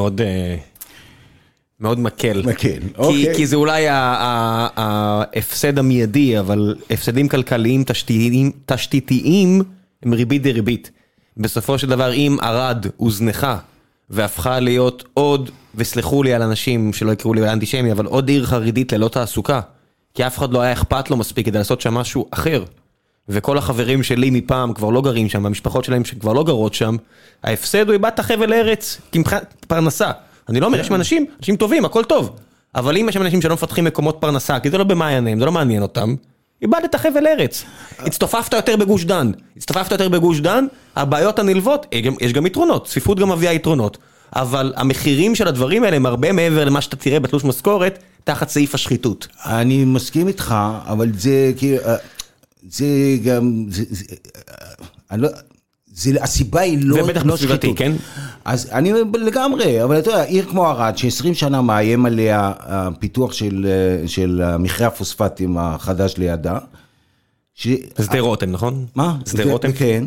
מאוד מקל. כי זה אולי ההפסד המיידי, אבל הפסדים כלכליים תשתיתיים הם ריבית דריבית. בסופו של דבר, אם ערד הוזנחה והפכה להיות עוד, וסלחו לי על אנשים שלא יקראו לי אנטישמי, אבל עוד עיר חרדית ללא תעסוקה, כי אף אחד לא היה אכפת לו מספיק כדי לעשות שם משהו אחר. וכל החברים שלי מפעם כבר לא גרים שם, המשפחות שלהם שכבר לא גרות שם, ההפסד הוא איבדת חבל ארץ, פרנסה. אני לא אומר, יש אנשים טובים, הכל טוב. אבל אם יש אנשים שלא מפתחים מקומות פרנסה, כי זה לא במעייניהם, זה לא מעניין אותם, איבדת חבל ארץ. הצטופפת יותר בגוש דן, הבעיות הנלוות, יש גם יתרונות, צפיפות גם מביאה יתרונות, אבל המחירים של הדברים האלה הם הרבה מעבר למה שאתה תראה בתלוש משכורת, תחת סעיף השחיתות. אני מסכים איתך, אבל זה גם, הסיבה היא לא שחיתות. כן? אז אני לגמרי, אבל אתה יודע, עיר כמו ערד, ש20 שנה מאיים עליה הפיתוח של מכרה הפוספטים החדש לידה. שדה רותם, נכון? מה? שדה רותם? כן.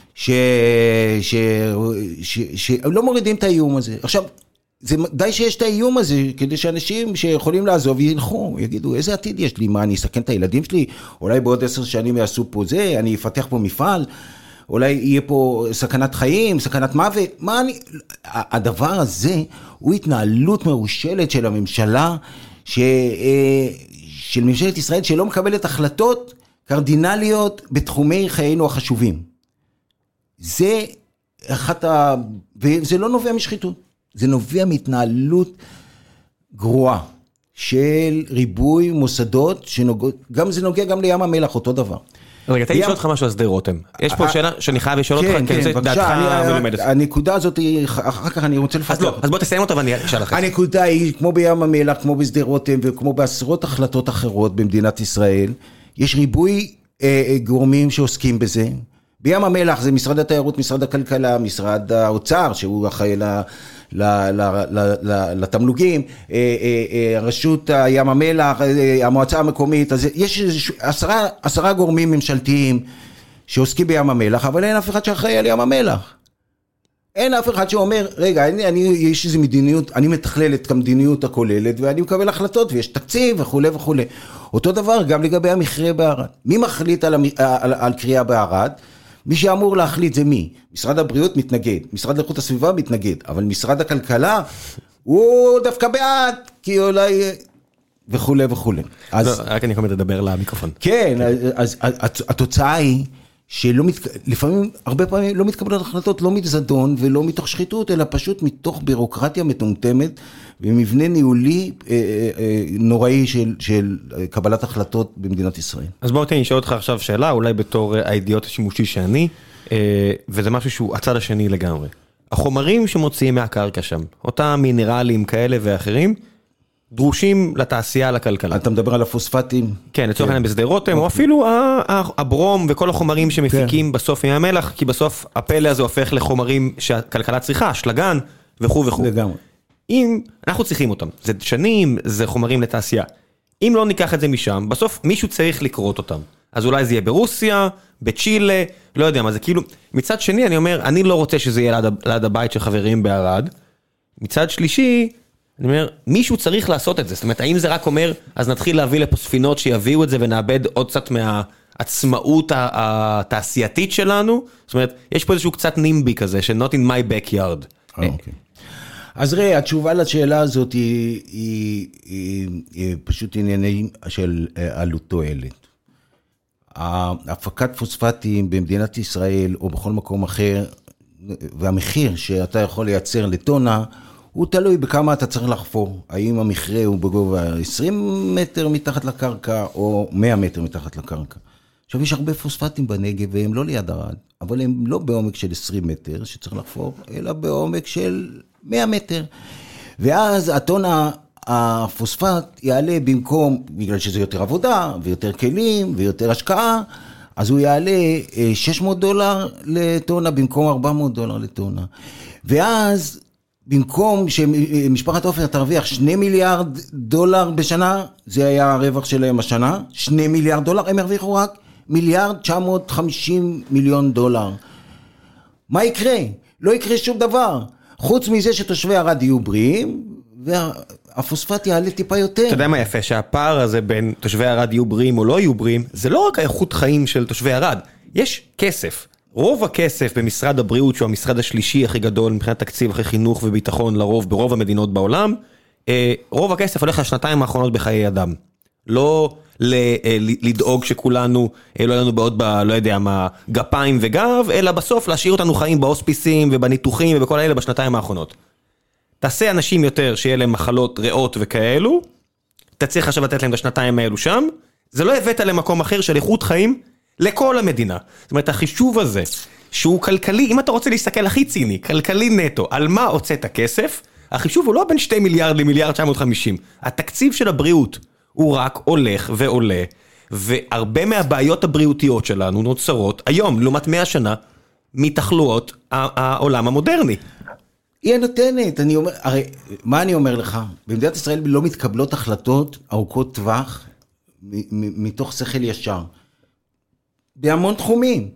שלא מורידים את האיום הזה. עכשיו, זה די שיש את האיום הזה, כדי שאנשים שיכולים לעזוב ילכו, יגידו, איזה עתיד יש לי, מה, אני אסכן את הילדים שלי? אולי בעוד 10 שנים יעשו פה זה, אני אפתח פה מפעל, אולי יהיה פה סכנת חיים, סכנת מוות, מה אני... הדבר הזה הוא התנהלות מרושלת של הממשלה, של ממשלת ישראל, שלא מקבלת החלטות קרדינליות בתחומי חיינו החשובים. זה וזה לא נובע משחיתות. זה נובע מהתנהלות גרועה של ריבוי מוסדות, גם זה נוגע גם לים המלח, אותו דבר. רגע, תן לי לשאול אותך משהו על שדה רותם. יש פה שאלה שאני חייב לשאול אותך, כי זה דעתך מלומדת. הנקודה הזאת היא, אחר כך אני רוצה לפתח. אז בוא תסיים אותה ואני אשאל לך. הנקודה היא, כמו בים המלח, כמו בשדה רותם, וכמו בעשרות החלטות אחרות במדינת ישראל, יש ריבוי גורמים שעוסקים בזה. בים המלח זה משרד התיירות, משרד הכלכלה, משרד האוצר, שהוא אחראי לתמלוגים, רשות הים המלח, המועצה המקומית, אז יש 10 גורמים ממשלתיים שעוסקים בים המלח, אבל אין אף אחד שאחראי על ים המלח. אין אף אחד שאומר, רגע, יש איזו מדיניות, אני מתכלל את המדיניות הכוללת, ואני מקבל החלטות, ויש תקציב וכו' וכו'. אותו דבר גם לגבי המכרה בערד. מי מחליט על קריאה בערד? מי שאמור להחליט זה מי? משרד הבריאות מתנגד, משרד לאיכות הסביבה מתנגד, אבל משרד הכלכלה הוא דווקא בעד, כי אולי וכו' וכו'. רק אני יכול לדבר למיקרופון. כן, אז התוצאה היא שלפעמים, הרבה פעמים לא מתקבלות החלטות, לא מזדון ולא מתוך שחיתות, אלא פשוט מתוך בירוקרטיה מטומטמת, ומבנה ניהולי נוראי של קבלת החלטות במדינת ישראל. אז בואו תן לשאול אותך עכשיו שאלה, אולי בתור האידיוט השימושי שאני, וזה משהו שהוא הצד השני לגמרי. החומרים שמוציאים מהקרקע שם, אותם מינרלים כאלה ואחרים, דרושים לתעשייה, לכלכלה. אתה מדבר על הפוספטים? כן, לצורך העניין בשדה רותם, או אפילו הברום וכל החומרים שמפיקים בסוף מים המלח, כי בסוף הפלא הזה הופך לחומרים שהכלכלה צריכה, אשלגן וכו' וכו'. לגמרי. אם אנחנו צריכים אותם, זה שנים, זה חומרים לתעשייה. אם לא ניקח את זה משם, בסוף מישהו צריך לקרות אותם. אז אולי זה יהיה ברוסיה, בצ'ילה, לא יודע מה, זה כאילו, מצד שני אני אומר, אני לא רוצה שזה יהיה ליד הבית של חברים בערד. מצד שלישי, אני אומר, מישהו צריך לעשות את זה. זאת אומרת, האם זה רק אומר, אז נתחיל להביא לפה ספינות שיביאו את זה ונאבד עוד קצת מהעצמאות התעשייתית שלנו? זאת אומרת, יש פה איזשהו קצת נימבי כזה, ש- not in my backyard. אוקיי. אז ראה, התשובה לשאלה הזאת היא פשוט עניינים של עלות תועלת. הפקת פוספטים במדינת ישראל או בכל מקום אחר, והמחיר שאתה יכול לייצר לטונה, הוא תלוי בכמה אתה צריך לחפור. האם המכרה הוא בגובה 20 מטר מתחת לקרקע או 100 מטר מתחת לקרקע. עכשיו יש הרבה פוספטים בנגב והם לא ליד ערד, אבל הם לא בעומק של 20 מטר שצריך לחפור, אלא בעומק של 100 מטר. ואז הטונה הפוספט יעלה במקום, בגלל שזה יותר עבודה ויותר כלים ויותר השקעה, אז הוא יעלה $600 לטונה במקום $400 לטונה. ואז במקום שמשפחת עופר תרוויח $2 מיליארד בשנה, זה היה הרווח שלהם השנה, $2 מיליארד, הם הרוויחו רק $1.950 מיליארד. מה יקרה? לא יקרה שום דבר. חוץ מזה שתושבי ערד יהיו בריאים, והפוספט יעלה טיפה יותר. אתה יודע מה יפה? שהפער הזה בין תושבי ערד יהיו בריאים או לא יהיו בריאים, זה לא רק האיכות חיים של תושבי ערד. יש כסף. רוב הכסף במשרד הבריאות, שהוא המשרד השלישי הכי גדול מבחינת תקציב אחרי חינוך וביטחון לרוב, ברוב המדינות בעולם, רוב הכסף הולך לשנתיים האחרונות בחיי אדם. לא לדאוג שכולנו, לא לנו בעוד לא יודע מה, גפיים וגב, אלא בסוף להשאיר אותנו חיים בהוספיסים ובניתוחים ובכל האלה בשנתיים האחרונות. תעשה אנשים יותר שיהיה להם מחלות ריאות וכאלו, אתה צריך עכשיו לתת להם את השנתיים האלו שם, זה לא הבאת למקום אחר של איכות חיים לכל המדינה. זאת אומרת, החישוב הזה, שהוא כלכלי, אם אתה רוצה להסתכל הכי ציני, כלכלי נטו, על מה הוצאת הכסף, החישוב הוא לא בין 2 מיליארד למיליארד 950. התקציב של הבריאות הוא רק הולך ועולה, והרבה מהבעיות הבריאותיות שלנו נוצרות היום, לעומת 100 שנה, מתחלואות העולם המודרני. היא נותנת, אני אומר, הרי, מה אני אומר לך? במדינת ישראל לא מתקבלות החלטות ארוכות טווח, מתוך שכל ישר. בהמון תחומים.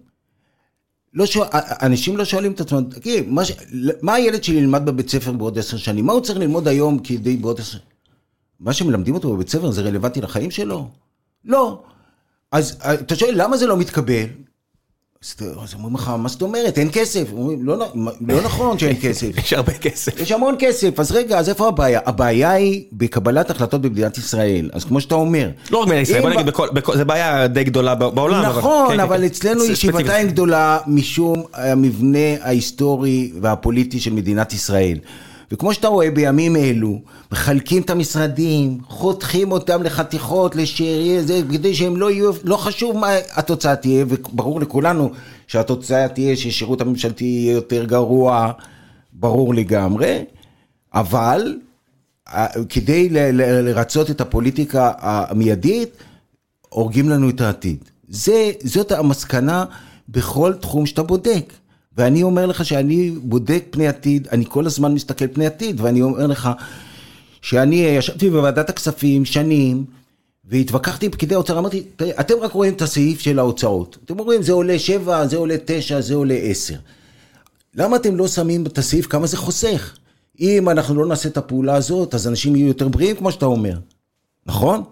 אנשים לא שואלים את עצמם, מה הילד שלי ילמד בבית ספר בעוד 10 שנים? מה הוא צריך ללמוד היום כדי בעוד 10? מה שמלמדים אותו בבית ספר זה רלוונטי לחיים שלו? לא. אז אתה שואל, למה זה לא מתקבל? אז אומרים לך, מה זאת אומרת? אין כסף. לא נכון שאין כסף. יש הרבה כסף. יש המון כסף. אז רגע, אז איפה הבעיה? הבעיה היא בקבלת החלטות במדינת ישראל. אז כמו שאתה אומר. לא רק במדינת ישראל, בוא נגיד, זה בעיה די גדולה בעולם. נכון, אבל אצלנו היא שבעתיים גדולה משום המבנה ההיסטורי והפוליטי של מדינת ישראל. וכמו שאתה רואה בימים אלו, מחלקים את המשרדים, חותכים אותם לחתיכות, לשאריה, כדי שהם לא יהיו, לא חשוב מה התוצאה תהיה, וברור לכולנו שהתוצאה תהיה ששירות הממשלתי יהיה יותר גרוע, ברור לגמרי, אבל כדי לרצות את הפוליטיקה המיידית, הורגים לנו את העתיד. זאת המסקנה בכל תחום שאתה בודק. ואני אומר לך שאני בודק פני עתיד, אני כל הזמן מסתכל פני עתיד, ואני אומר לך שאני ישבתי בוועדת הכספים שנים, והתווכחתי עם פקידי האוצר, אמרתי, אתם רק רואים את הסעיף של ההוצאות. אתם רואים, זה עולה 7, זה עולה 9, זה עולה 10. למה אתם לא שמים את הסעיף כמה זה חוסך? אם אנחנו לא נעשה את הפעולה הזאת, אז אנשים יהיו יותר בריאים, כמו שאתה אומר. נכון?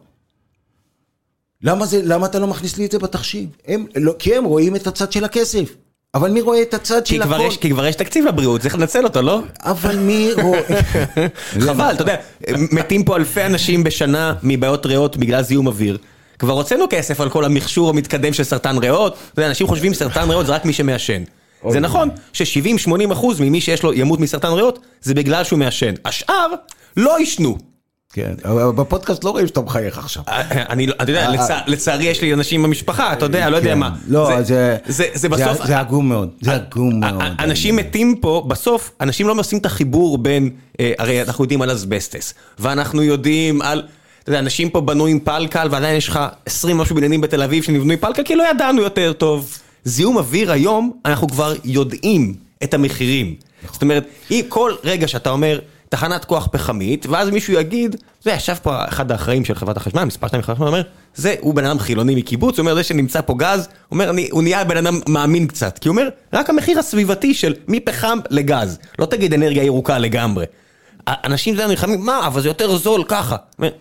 למה אתה לא מכניס לי את זה בתחשיב? כי הם רואים את הצד של הכסף. אבל מי רואה את הצד של הכל? כי כבר יש תקציב לבריאות, צריך לנצל אותו, לא? אבל מי רואה... חבל, אתה יודע, מתים פה אלפי אנשים בשנה מבעיות ריאות בגלל זיהום אוויר. כבר הוצאנו כסף על כל המכשור המתקדם של סרטן ריאות, אנשים חושבים סרטן ריאות זה רק מי שמעשן. זה נכון ש70-80% ממי שיש לו ימות מסרטן ריאות, זה בגלל שהוא מעשן. השאר לא ישנו. כן, אבל בפודקאסט לא רואים שאתה מחייך עכשיו. אתה יודע, לצערי יש לי אנשים במשפחה, אתה יודע, לא יודע מה. לא, זה בסוף... זה עגום מאוד, זה עגום מאוד. אנשים מתים פה, בסוף, אנשים לא עושים את החיבור בין, הרי אנחנו יודעים על אסבסטס, ואנחנו יודעים על, אתה יודע, אנשים פה בנו עם פלקל, ועדיין יש לך 20 משהו בניינים בתל אביב שנבנו עם פלקל, כי לא ידענו יותר טוב. זיהום אוויר היום, אנחנו כבר יודעים את המחירים. זאת אומרת, כל רגע שאתה אומר, תחנת כוח פחמית, ואז מישהו יגיד, זה ישב פה אחד האחראים של חברת החשמל, מספר 2 חברת החשמל, אומר, הוא בן אדם חילוני מקיבוץ, הוא אומר, זה שנמצא פה גז, הוא נהיה בן אדם מאמין קצת, כי הוא אומר, רק המחיר הסביבתי של מפחם לגז, לא תגיד אנרגיה ירוקה לגמרי. אנשים זה נלחמים, מה, אבל זה יותר זול ככה.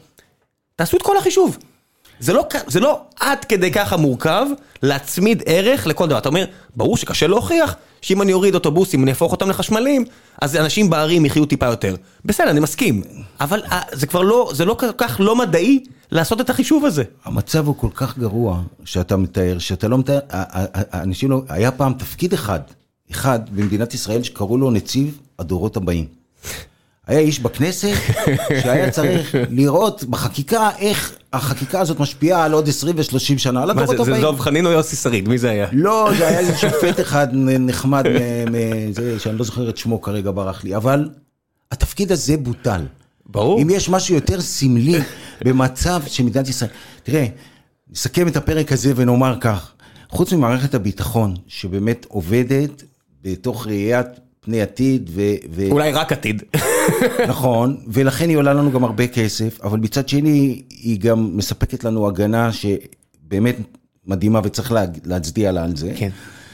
תעשו את כל החישוב. זה לא עד כדי ככה מורכב להצמיד ערך לכל דבר. אתה אומר, ברור שקשה להוכיח שאם אני אוריד אוטובוסים, אני אפוך אותם לחשמליים, אז אנשים בערים יחיו טיפה יותר. בסדר, אני מסכים. אבל זה כבר לא, זה לא כל כך לא מדעי לעשות את החישוב הזה. המצב הוא כל כך גרוע שאתה מתאר, שאתה לא מתאר, אנשים לא, היה פעם תפקיד אחד במדינת ישראל שקראו לו נציב הדורות הבאים. היה איש בכנסת שהיה צריך לראות בחקיקה איך החקיקה הזאת משפיעה על עוד 20 ו-30 שנה. מה זה, זה דוב חנין או יוסי שריד? מי זה היה? לא, זה היה איזה שופט אחד נחמד, שאני לא זוכר את שמו כרגע ברח לי, אבל התפקיד הזה בוטל. ברור. אם יש משהו יותר סמלי במצב שמדינת ישראל, תראה, נסכם את הפרק הזה ונאמר כך, חוץ ממערכת הביטחון שבאמת עובדת בתוך ראיית פני עתיד אולי רק עתיד. נכון, ולכן היא עולה לנו גם הרבה כסף, אבל מצד שני היא גם מספקת לנו הגנה שבאמת מדהימה וצריך להצדיע לה על זה. כן.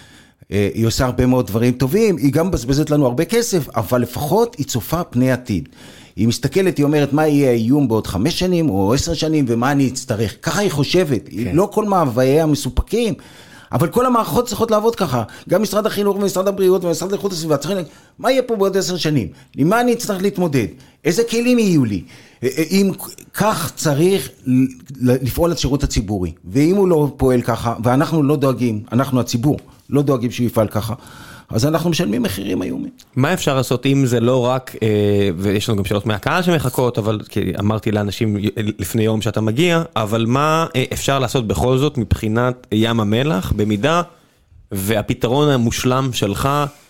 היא עושה הרבה מאוד דברים טובים, היא גם מבזבזת לנו הרבה כסף, אבל לפחות היא צופה פני עתיד. היא מסתכלת, היא אומרת מה יהיה האיום בעוד 5 שנים או 10 שנים ומה אני אצטרך. ככה היא חושבת, כן. לא כל מאוויי המסופקים, אבל כל המערכות צריכות לעבוד ככה, גם משרד החינוך ומשרד הבריאות ומשרד לאיכות הסביבה, צריכים להגיד, מה יהיה פה בעוד 10 שנים? למה אני אצטרך להתמודד? איזה כלים יהיו לי? אם כך צריך לפעול לשירות הציבורי, ואם הוא לא פועל ככה, ואנחנו לא דואגים, אנחנו הציבור, לא דואגים שהוא יפעל ככה, אז אנחנו משלמים מחירים איומים. מה אפשר לעשות אם זה לא רק, ויש לנו גם שאלות מהקהל שמחכות, אבל אמרתי לאנשים לפני יום שאתה מגיע, אבל מה אפשר לעשות בכל זאת מבחינת ים המלח, במידה והפתרון המושלם שלך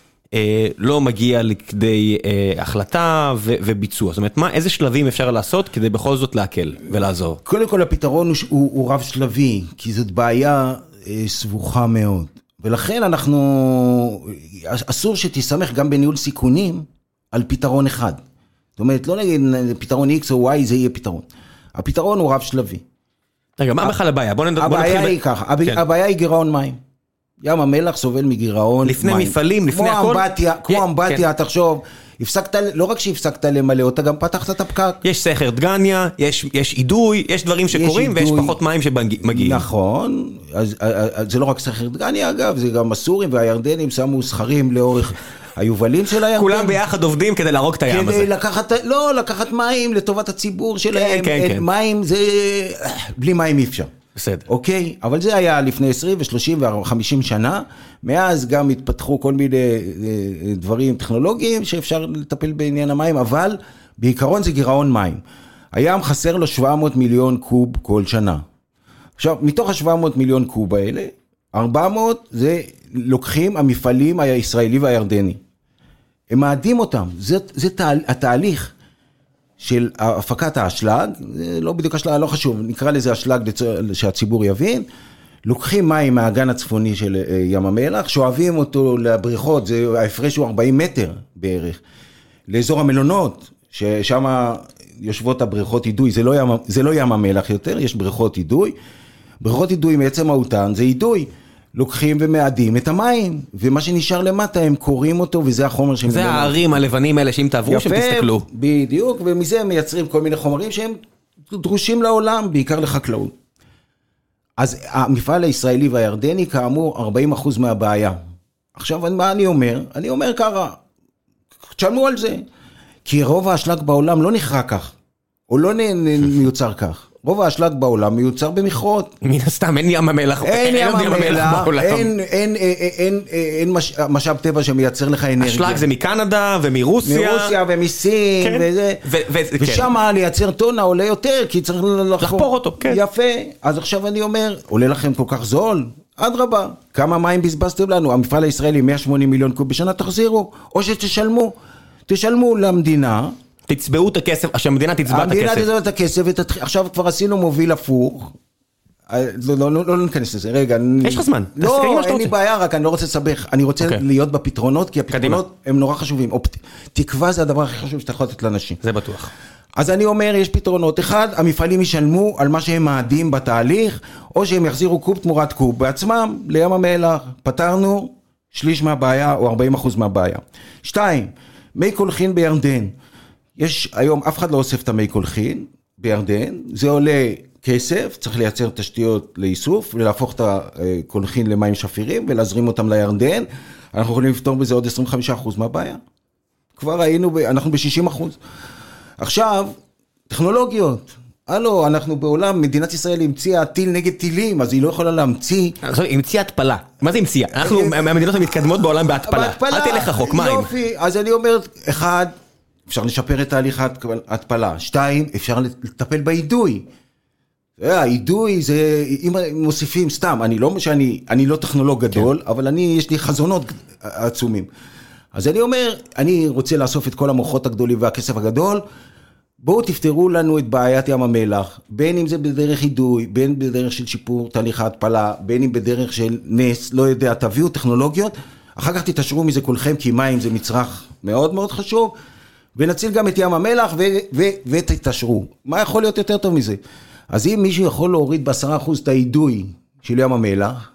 לא מגיע לכדי החלטה וביצוע? זאת אומרת, איזה שלבים אפשר לעשות כדי בכל זאת להקל ולעזור? קודם כל הפתרון הוא רב שלבי, כי זאת בעיה סבוכה מאוד. ולכן אסור שתסמך גם בניהול סיכונים על פתרון אחד. זאת אומרת, לא נגיד פתרון X או Y, זה יהיה פתרון. הפתרון הוא רב שלבי. רגע, מה בכלל הבעיה? הבעיה היא ככה, הבעיה היא גירעון מים. ים המלח סובל מגירעון מים. לפני מפעלים, לפני הכל. כמו אמבטיה, תחשוב, לא רק שהפסקת למלא אותה, גם פתחת את הפקק. יש סכר דגניה, יש עידוי, יש דברים שקורים, ויש פחות מים שמגיעים. נכון, זה לא רק סכר דגניה אגב, זה גם הסורים והירדנים שמו סכרים לאורך היובלים של הירדן. כולם ביחד עובדים כדי להרוג את הים הזה. לקחת מים לטובת הציבור שלהם, מים זה, בלי מים אי אפשר. בסדר. אוקיי? אבל זה היה לפני 20 ו-30 ו-50 שנה, מאז גם התפתחו כל מיני דברים טכנולוגיים שאפשר לטפל בעניין המים, אבל בעיקרון זה גירעון מים. הים חסר לו 700 מיליון קוב כל שנה. עכשיו, מתוך ה-700 מיליון קוב האלה, 400 זה לוקחים המפעלים הישראלי והירדני. הם מאדים אותם, זה התהליך של הפקת האשלג, זה לא בדיוק אשלג, לא חשוב, נקרא לזה אשלג שהציבור יבין, לוקחים מים מהאגן הצפוני של ים המלח, שואבים אותו לבריכות, ההפרש הוא 40 מטר בערך, לאזור המלונות, ששם יושבות הבריכות אידוי, זה לא ים המלח יותר, יש בריכות אידוי, בריכות אידוי מעצם מהותן זה אידוי, לוקחים ומאדים את המים, ומה שנשאר למטה הם קוראים אותו, וזה החומר שהם... זה הערים הלבנים האלה שאם תעברו, שהם תסתכלו. בדיוק, ומזה הם מייצרים כל מיני חומרים שהם דרושים לעולם, בעיקר לחקלאות. אז המפעל הישראלי והירדני, כאמור, 40% מהבעיה. עכשיו, מה אני אומר? אני אומר ככה, תשלמו על זה, כי רוב האשלג בעולם לא נחרא כך, או לא מיוצר כך. רוב האשלג בעולם מיוצר במכרות. מן הסתם, אין ים המלח. אין ים המלח בעולם. אין משאב טבע שמייצר לך אנרגיה. אשלג זה מקנדה ומרוסיה. מרוסיה ומסין. ושם לייצר טונה עולה יותר, כי צריך לחפור אותו. יפה. אז עכשיו אני אומר, עולה לכם כל כך זול? אדרבה. כמה מים בזבזתם לנו? המפעל הישראלי 180 מיליון קוב בשנה תחזירו, או שתשלמו. תשלמו למדינה. תצבעו את הכסף, שהמדינה תצבע את הכסף. המדינה תצבע את הכסף, עכשיו כבר עשינו מוביל הפוך. לא ניכנס לזה, רגע. יש לך זמן. לא, אין לי בעיה, רק אני לא רוצה לסבך. אני רוצה להיות בפתרונות, כי הפתרונות הם נורא חשובים. תקווה זה הדבר הכי חשוב שאתה יכול לתת לאנשים. זה בטוח. אז אני אומר, יש פתרונות. אחד, המפעלים ישלמו על מה שהם מאדים בתהליך, או שהם יחזירו קוב תמורת קוב בעצמם לים המלח. פתרנו שליש מהבעיה או 40% מהבעיה. 2, מי קולחין בירדן. יש היום, אף אחד לא אוסף את המי קולחין בירדן, זה עולה כסף, צריך לייצר תשתיות לאיסוף, ולהפוך את הקולחין למים שפירים, ולהזרים אותם לירדן, אנחנו יכולים לפתור בזה עוד 25% מהבעיה. כבר היינו, אנחנו ב-60%. עכשיו, טכנולוגיות, הלו, אנחנו בעולם, מדינת ישראל המציאה טיל נגד טילים, אז היא לא יכולה להמציא. המציאה התפלה. מה זה המציאה? אנחנו מהמדינות המתקדמות בעולם בהתפלה. אל תלך רחוק, מים. יופי, אז אני אומר, אחד, אפשר לשפר את תהליך ההתפלה. 2, אפשר לטפל באידוי. האידוי זה, אם מוסיפים סתם, אני לא טכנולוג גדול, אבל יש לי חזונות עצומים. אז אני אומר, אני רוצה לאסוף את כל המוחות הגדולים והכסף הגדול, בואו תפתרו לנו את בעיית ים המלח, בין אם זה בדרך אידוי, בין בדרך של שיפור תהליך ההתפלה, בין אם בדרך של נס, לא יודע, תביאו טכנולוגיות, אחר כך תתעשרו מזה כולכם, כי מים זה מצרך מאוד מאוד חשוב, ונציל גם את ים המלח ותתעשרו. מה יכול להיות יותר טוב מזה? אז אם מישהו יכול להוריד ב10% את האידוי של ים המלח,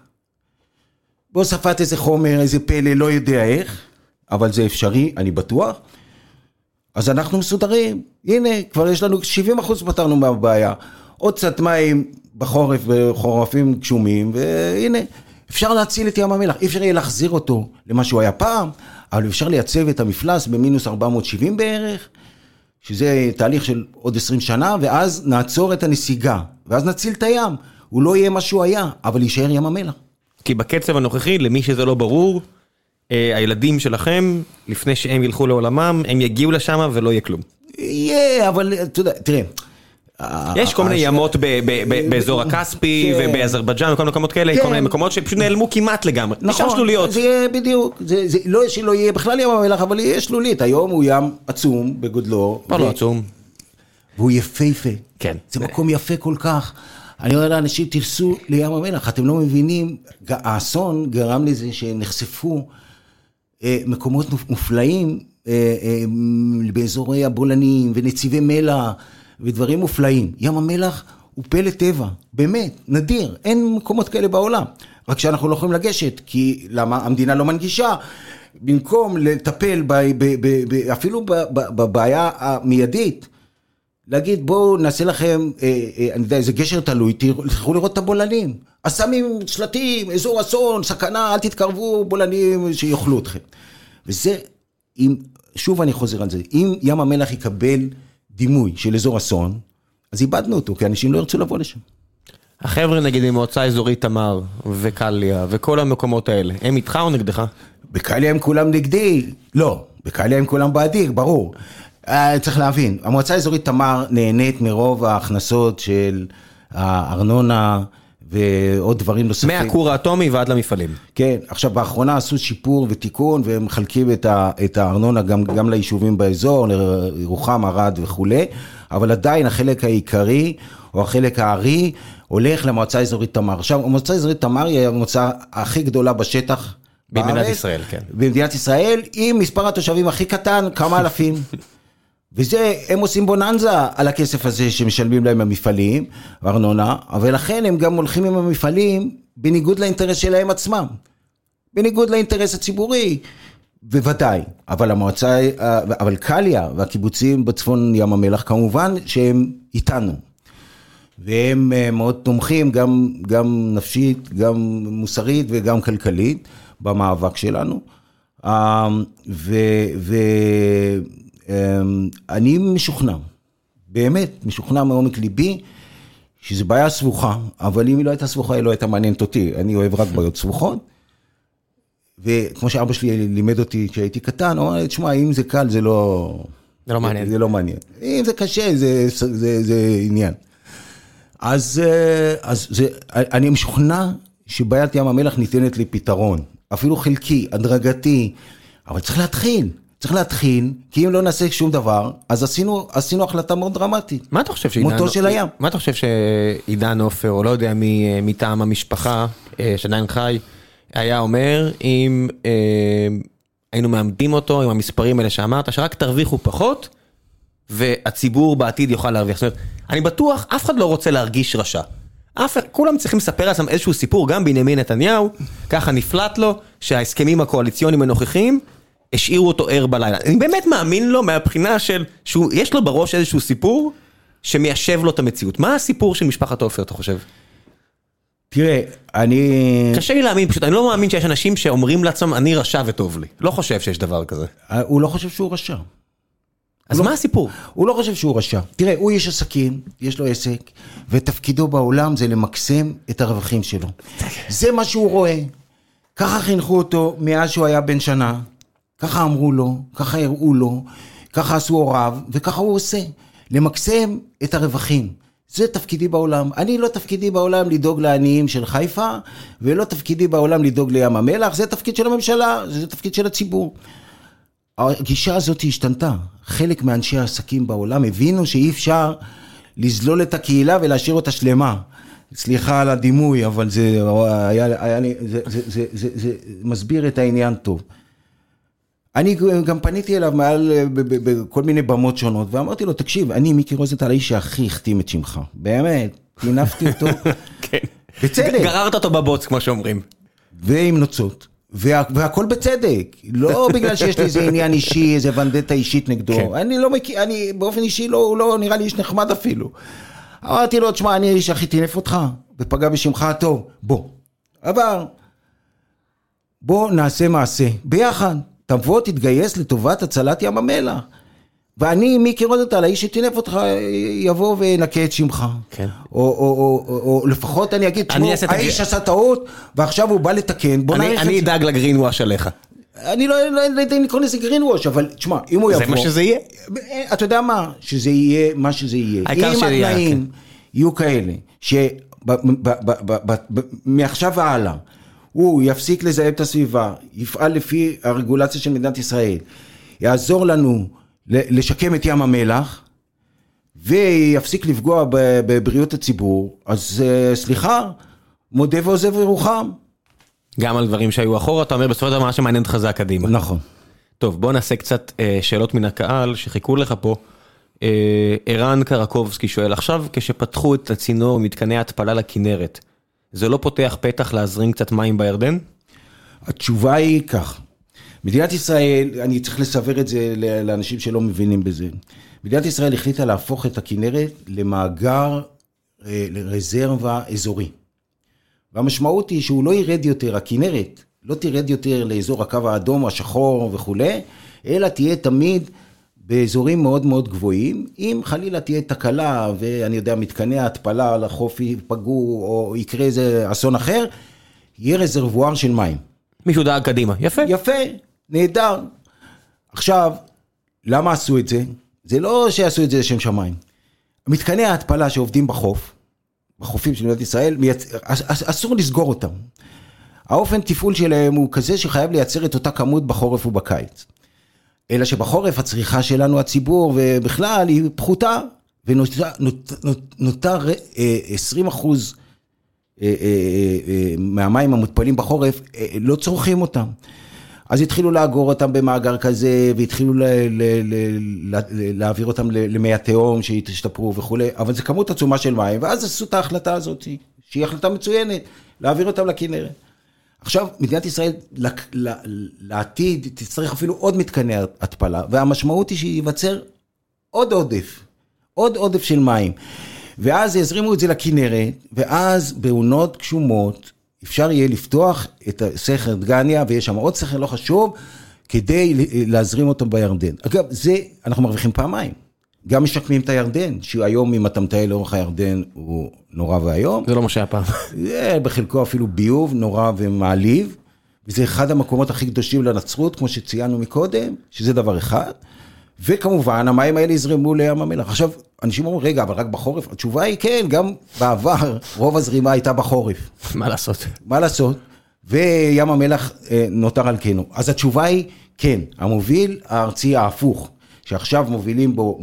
בהוספת איזה חומר, איזה פלא, לא יודע איך, אבל זה אפשרי, אני בטוח, אז אנחנו מסודרים. הנה, כבר יש לנו 70% פתרנו מהבעיה. עוד קצת מים בחורף, בחורפים גשומים, והנה, אפשר להציל את ים המלח. אי אפשר יהיה להחזיר אותו למה שהוא היה פעם, אבל אפשר לייצב את המפלס במינוס 470 בערך, שזה תהליך של עוד 20 שנה, ואז נעצור את הנסיגה, ואז נציל את הים. הוא לא יהיה מה שהוא היה, אבל יישאר ים המלח. כי בקצב הנוכחי, למי שזה לא ברור, הילדים שלכם, לפני שהם ילכו לעולמם, הם יגיעו לשם ולא יהיה כלום. יהיה, אבל תראה, יש כל מיני ימות באזור הכספי ובאזרבייג'אן וכל מיני מקומות כאלה, כל מיני מקומות שפשוט נעלמו כמעט לגמרי. נשאר שלוליות. זה יהיה בדיוק, זה לא שלא יהיה בכלל ים המלח, אבל יהיה שלולית. היום הוא ים עצום בגודלו. לא עצום. והוא יפהפה. כן. זה מקום יפה כל כך. אני אומר לאנשים, תרסו לים המלח, אתם לא מבינים, האסון גרם לזה שנחשפו מקומות מופלאים באזורי הבולענים ונציבי מלח ודברים מופלאים. ים המלח הוא פלא טבע, באמת, נדיר, אין מקומות כאלה בעולם. רק שאנחנו לא יכולים לגשת, כי למה? המדינה לא מנגישה. במקום לטפל אפילו בבעיה המיידית, להגיד בואו נעשה לכם, אני יודע, איזה גשר תלוי, תלכו לראות את הבולענים. אז שמים שלטים, אזור אסון, סכנה, אל תתקרבו בולענים שיוכלו אתכם. וזה, שוב אני חוזר על זה, אם ים המלח יקבל דימוי של אזור אסון, אז איבדנו אותו, כי אנשים לא ירצו לבוא לשם. החבר'ה נגיד ממועצה אזורית תמר וקליה וכל המקומות האלה, הם איתך או נגדך? בקליה הם כולם נגדי, לא, בקליה הם כולם בעדי, ברור. צריך להבין, המועצה האזורית תמר נהנית מרוב ההכנסות של הארנונה ועוד דברים נוספים. מהכור האטומי ועד למפעלים. כן, עכשיו באחרונה עשו שיפור ותיקון, והם מחלקים את הארנונה גם ליישובים באזור, לירוחם, ערד וכו', אבל עדיין החלק העיקרי, או החלק הארי, הולך למועצה האזורית תמר. עכשיו, המועצה האזורית תמר היא המועצה הכי גדולה בשטח בארץ. במדינת ישראל, כן. במדינת ישראל, עם מספר התושבים הכי קטן, כמה אלפים. וזה, הם עושים בוננזה על הכסף הזה שמשלמים להם המפעלים, ארנונה, ולכן הם גם הולכים עם המפעלים בניגוד לאינטרס שלהם עצמם. בניגוד לאינטרס הציבורי, בוודאי. אבל קליה והקיבוצים בצפון ים המלח, כמובן שהם איתנו. והם מאוד תומכים, גם נפשית, גם מוסרית וגם כלכלית, במאבק שלנו. אני משוכנע, באמת משוכנע מעומק ליבי, שזו בעיה סבוכה, אבל אם היא לא הייתה סבוכה, היא לא הייתה מעניינת אותי. אני אוהב רק בעיות סבוכות, וכמו שאבא שלי לימד אותי כשהייתי קטן, הוא אמר, תשמע, אם זה קל, זה לא מעניין. זה לא מעניין. אם זה קשה, זה עניין. אז אני משוכנע שבעיית ים המלח ניתנת לי פתרון, אפילו חלקי, הדרגתי, אבל צריך להתחיל, כי אם לא נעשה שום דבר, אז עשינו החלטה מאוד דרמטית. מה אתה חושב מותו של הים. מה אתה חושב שעידן עופר, או לא יודע מי מטעם המשפחה, שעדיין חי, היה אומר, אם היינו מעמדים אותו עם המספרים האלה שאמרת, שרק תרוויחו פחות, והציבור בעתיד יוכל להרוויח. זאת אומרת, אני בטוח, אף אחד לא רוצה להרגיש רשע. כולם צריכים לספר לעצמם איזשהו סיפור, גם בנימין נתניהו, ככה נפלט לו, שההסכמים הקואליציוניים הנוכחים, השאירו אותו ער בלילה. אני באמת מאמין לו מהבחינה של, שיש לו בראש איזשהו סיפור, שמיישב לו את המציאות. מה הסיפור של משפחת עופר, אתה חושב? תראה, קשה לי להאמין, פשוט, אני לא מאמין שיש אנשים שאומרים לעצמם, אני רשע וטוב לי. לא חושב שיש דבר כזה. הוא לא חושב שהוא רשע. אז מה הסיפור? הוא לא חושב שהוא רשע. תראה, הוא יש עסקים, יש לו עסק, ותפקידו בעולם זה למקסם את הרווחים שלו. זה מה שהוא רואה. ככה חינכו אותו מאז שהוא היה בן שנה, ככה אמרו לו, ככה הראו לו, ככה עשו הוריו, וככה הוא עושה. למקסם את הרווחים. זה תפקידי בעולם. אני לא תפקידי בעולם לדאוג לעניים של חיפה, ולא תפקידי בעולם לדאוג לים המלח, זה תפקיד של הממשלה, זה תפקיד של הציבור. הגישה הזאת השתנתה. חלק מאנשי העסקים בעולם הבינו שאי אפשר לזלול את הקהילה ולהשאיר אותה שלמה. סליחה על הדימוי, אבל זה מסביר את העניין טוב. אני גם פניתי אליו בכל מיני במות שונות, ואמרתי לו, תקשיב, אני מיקי רוזנטל, האיש שהכי החתים את שמך. באמת, תינפתי אותו. כן. בצדק. גררת אותו בבוץ, כמו שאומרים. ועם נוצות. והכל בצדק. לא בגלל שיש לי איזה עניין אישי, איזה ונדטה אישית נגדו. אני לא מכיר, אני באופן אישי לא נראה לי איש נחמד אפילו. אמרתי לו, תשמע, אני האיש הכי תינף אותך, ופגע בשמך הטוב. בוא נעשה מעשה. ביחד. תבוא, תתגייס לטובת הצלת ים המלח. ואני, מיקי רוזנטל, האיש שתינף אותך, יבוא ונקה את שמך. כן. או לפחות אני אגיד, תשמעו, האיש עשה טעות, ועכשיו הוא בא לתקן, בוא נערך את זה. אני אדאג לגרין וואש עליך. אני לא יודע אם לקרוא לזה גרין וואש, אבל תשמע, אם הוא יבוא... זה מה שזה יהיה. אתה יודע מה? שזה יהיה מה שזה יהיה. העיקר שזה יהיה. אם התנאים יהיו כאלה, שמעכשיו והלאה, הוא יפסיק לזהם את הסביבה, יפעל לפי הרגולציה של מדינת ישראל, יעזור לנו לשקם את ים המלח, ויפסיק לפגוע בבריאות הציבור, אז סליחה, מודה ועוזב ירוחם. גם על דברים שהיו אחורה, אתה אומר בסופו של דבר מה שמעניין אותך זה הקדימה. נכון. טוב, בוא נעשה קצת שאלות מן הקהל שחיכו לך פה. ערן קרקובסקי שואל, עכשיו כשפתחו את הצינור מתקני ההתפלה לכנרת, זה לא פותח פתח להזרים קצת מים בירדן? התשובה היא כך. מדינת ישראל, אני צריך לסבר את זה לאנשים שלא מבינים בזה. מדינת ישראל החליטה להפוך את הכנרת למאגר לרזרבה אזורי. והמשמעות היא שהוא לא ירד יותר, הכנרת לא תרד יותר לאזור הקו האדום, השחור וכו', אלא תהיה תמיד באזורים מאוד מאוד גבוהים, אם חלילה תהיה תקלה, ואני יודע, מתקני ההתפלה על החוף ייפגעו, או יקרה איזה אסון אחר, יהיה רזרבואר של מים. מישהו דאג קדימה, יפה. יפה, נהדר. עכשיו, למה עשו את זה? זה לא שעשו את זה לשם שמיים. מתקני ההתפלה שעובדים בחופים של מדינת ישראל, אסור לסגור אותם. האופן תפעול שלהם הוא כזה שחייב לייצר את אותה כמות בחורף ובקיץ. אלא שבחורף הצריכה שלנו, הציבור, ובכלל היא פחותה, ונותר 20% מהמים המותפלים בחורף, לא צורכים אותם. אז התחילו לאגור אותם במאגר כזה, והתחילו להעביר אותם למי התהום שהשתפרו וכו', אבל זה כמות עצומה של מים, ואז עשו את ההחלטה הזאת, שהיא החלטה מצוינת, להעביר אותם לכנרת. עכשיו, מדינת ישראל לעתיד תצטרך אפילו עוד מתקני התפלה, והמשמעות היא שייווצר עוד עודף של מים, ואז יזרימו את זה לכנרת, ואז בעונות גשומות, אפשר יהיה לפתוח את סכר דגניה, ויש שם עוד סכר לא חשוב, כדי להזרים אותם בירדן. אגב, זה אנחנו מרוויחים פעמיים. גם משקמים את הירדן, שהיום אם אתה מטייל לאורך הירדן הוא נורא והיום. זה לא מה שהיה פעם. זה בחלקו אפילו ביוב, נורא ומעליב, וזה אחד המקומות הכי קדושים לנצרות, כמו שציינו מקודם, שזה דבר אחד, וכמובן המים האלה יזרמו לים המלח. עכשיו, אנשים אומרים, רגע, אבל רק בחורף? התשובה היא כן, גם בעבר רוב הזרימה הייתה בחורף. מה לעשות? מה לעשות? וים המלח נותר על כנו. אז התשובה היא כן, המוביל הארצי ההפוך, שעכשיו מובילים בו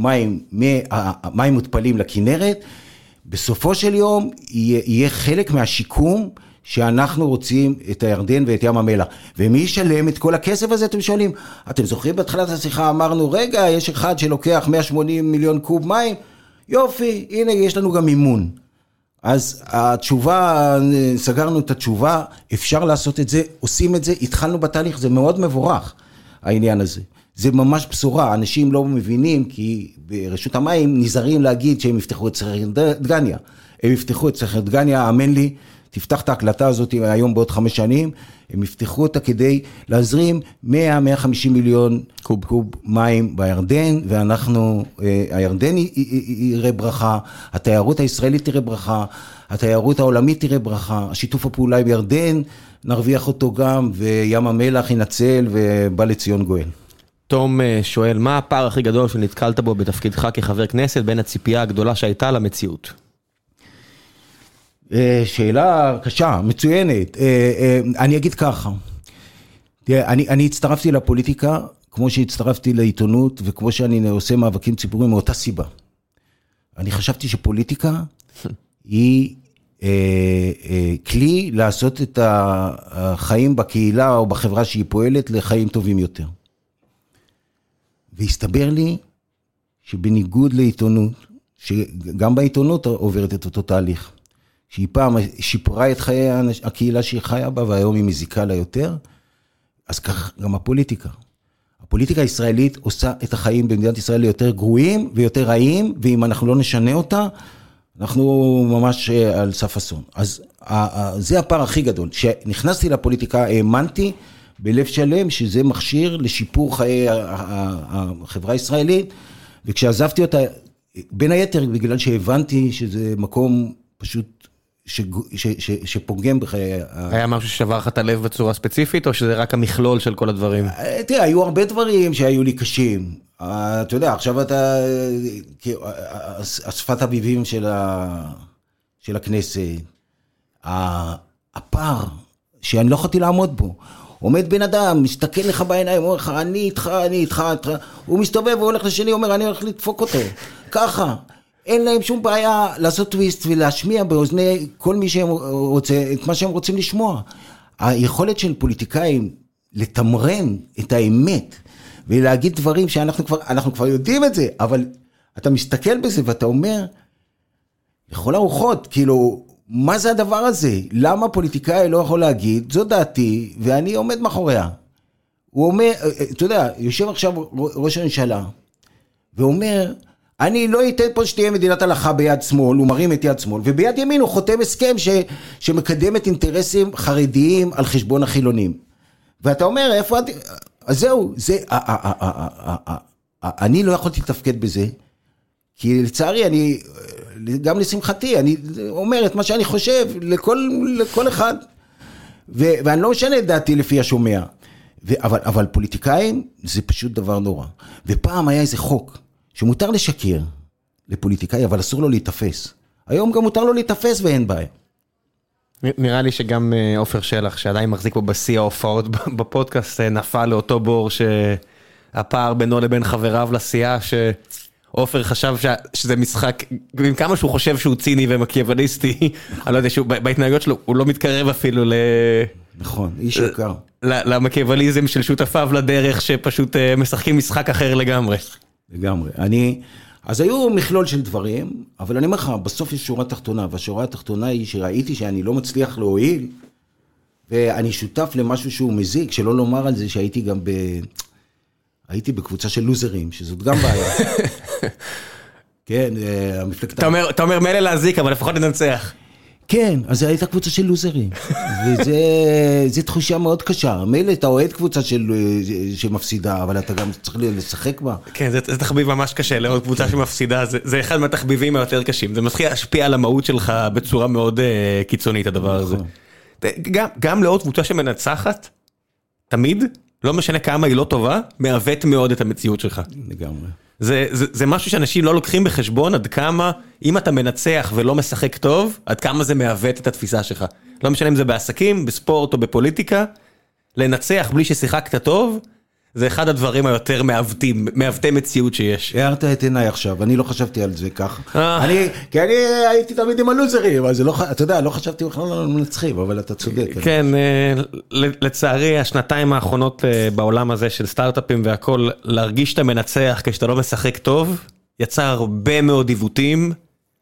מים מותפלים לכנרת, בסופו של יום יהיה חלק מהשיקום שאנחנו רוצים את הירדן ואת ים המלח. ומי ישלם את כל הכסף הזה, אתם שואלים? אתם זוכרים בתחילת השיחה, אמרנו, רגע, יש אחד שלוקח 180 מיליון קוב מים, יופי, הנה יש לנו גם מימון. אז התשובה, סגרנו את התשובה, אפשר לעשות את זה, עושים את זה, התחלנו בתהליך, זה מאוד מבורך, העניין הזה. זה ממש בשורה, אנשים לא מבינים, כי ברשות המים נזהרים להגיד שהם יפתחו את סכר דגניה. הם יפתחו את סכר דגניה, אמן לי, תפתח את ההקלטה הזאת היום בעוד 5 שנים, הם יפתחו אותה כדי להזרים 100-150 מיליון קוב מים בירדן, ואנחנו, הירדן יראה ברכה, התיירות הישראלית תראה ברכה, התיירות העולמית תראה ברכה, השיתוף הפעולה בירדן, נרוויח אותו גם, וים המלח ינצל ובא לציון גואל. תום שואל, מה הפער הכי גדול שנתקלת בו בתפקידך כחבר כנסת, בין הציפייה הגדולה שהייתה למציאות? שאלה קשה, מצוינת. אני אגיד ככה, אני הצטרפתי לפוליטיקה, כמו שהצטרפתי לעיתונות, וכמו שאני עושה מאבקים ציבוריים מאותה סיבה. אני חשבתי שפוליטיקה היא כלי לעשות את החיים בקהילה או בחברה שהיא פועלת לחיים טובים יותר. והסתבר לי שבניגוד לעיתונות, שגם בעיתונות עוברת את אותו תהליך, שהיא פעם שיפרה את חיי הקהילה שהיא חיה בה, והיום היא מזיקה לה יותר, אז כך גם הפוליטיקה. הפוליטיקה הישראלית עושה את החיים במדינת ישראל ליותר גרועים ויותר רעים, ואם אנחנו לא נשנה אותה, אנחנו ממש על סף אסון. אז זה הפער הכי גדול. כשנכנסתי לפוליטיקה, האמנתי בלב שלם שזה מכשיר לשיפור חיי החברה הישראלית, וכשעזבתי אותה, בין היתר בגלל שהבנתי שזה מקום פשוט שפוגם בחיי... היה משהו ששבר לך את הלב בצורה ספציפית, או שזה רק המכלול של כל הדברים? תראה, היו הרבה דברים שהיו לי קשים. אתה יודע, עכשיו אתה... השפת הביבים של הכנסת, הפער שאני לא יכולתי לעמוד בו. עומד בן אדם, מסתכל לך בעיניים, אומר לך, אני איתך. הוא מסתובב והולך לשני, אומר, אני הולך לדפוק אותו. ככה. אין להם שום בעיה לעשות טוויסט ולהשמיע באוזני כל מי שהם רוצה, את מה שהם רוצים לשמוע. היכולת של פוליטיקאים לתמרן את האמת ולהגיד דברים שאנחנו כבר יודעים את זה, אבל אתה מסתכל בזה ואתה אומר, לכל הרוחות, כאילו, מה זה הדבר הזה? למה פוליטיקאי לא יכול להגיד, זו דעתי, ואני עומד מאחוריה. הוא אומר, אתה יודע, יושב עכשיו ראש הממשלה, ואומר, אני לא אתן פה שתהיה מדינת הלכה ביד שמאל, הוא מרים את יד שמאל, וביד ימין הוא חותם הסכם שמקדם את אינטרסים חרדיים על חשבון החילונים. ואתה אומר, איפה... אז זהו, זה... אני לא יכולתי לתפקד בזה, כי לצערי אני, גם לשמחתי, אני אומר את מה שאני חושב לכל אחד, ואני לא משנה את דעתי לפי השומע, אבל פוליטיקאים זה פשוט דבר נורא. ופעם היה איזה חוק, שמותר לשקר לפוליטיקאי, אבל אסור לו להתאפס. היום גם מותר לו להתאפס ואין בעיה. נראה לי שגם עופר שלח, שעדיין מחזיק פה בשיא ההופעות בפודקאסט, נפל לאותו בור שהפער בינו לבין חבריו לסיעה, שעופר חשב שזה משחק, עם כמה שהוא חושב שהוא ציני ומקיאווליסטי, אני לא יודע, בהתנהגות שלו הוא לא מתקרב אפילו נכון, איש יקר. למקיאווליזם של שותפיו לדרך, שפשוט משחקים משחק אחר לגמרי. לגמרי. אז היו מכלול של דברים, אבל אני אומר לך, בסוף יש שורה תחתונה, והשורה התחתונה היא שראיתי שאני לא מצליח להועיל, ואני שותף למשהו שהוא מזיק, שלא לומר על זה שהייתי גם הייתי בקבוצה של לוזרים, שזאת גם בעיה. כן, המפלגת... אתה אומר מלא להזיק, אבל לפחות לנצח. כן, אז הייתה קבוצה של לוזרים, וזו תחושה מאוד קשה. מילא אתה אוהד קבוצה שמפסידה, אבל אתה גם צריך לשחק בה. כן, זה תחביב ממש קשה, לאוהד קבוצה שמפסידה, זה אחד מהתחביבים היותר קשים. זה מתחיל להשפיע על המהות שלך בצורה מאוד קיצונית, הדבר הזה. גם לאוהד קבוצה שמנצחת, תמיד, לא משנה כמה היא לא טובה, מעוות מאוד את המציאות שלך. לגמרי. זה משהו שאנשים לא לוקחים בחשבון, עד כמה, אם אתה מנצח ולא משחק טוב, עד כמה זה מעוות את התפיסה שלך. לא משנה אם זה בעסקים, בספורט או בפוליטיקה, לנצח בלי ששיחקת טוב, זה אחד הדברים היותר מעוותי מציאות שיש. הערת את עיניי עכשיו, אני לא חשבתי על זה ככה. כי אני הייתי תמיד עם הלוזרים, אז אתה יודע, לא חשבתי בכלל על מנצחים, אבל אתה צודק. כן, לצערי, השנתיים האחרונות בעולם הזה של סטארט-אפים והכל, להרגיש שאתה מנצח כשאתה לא משחק טוב, יצא הרבה מאוד עיוותים,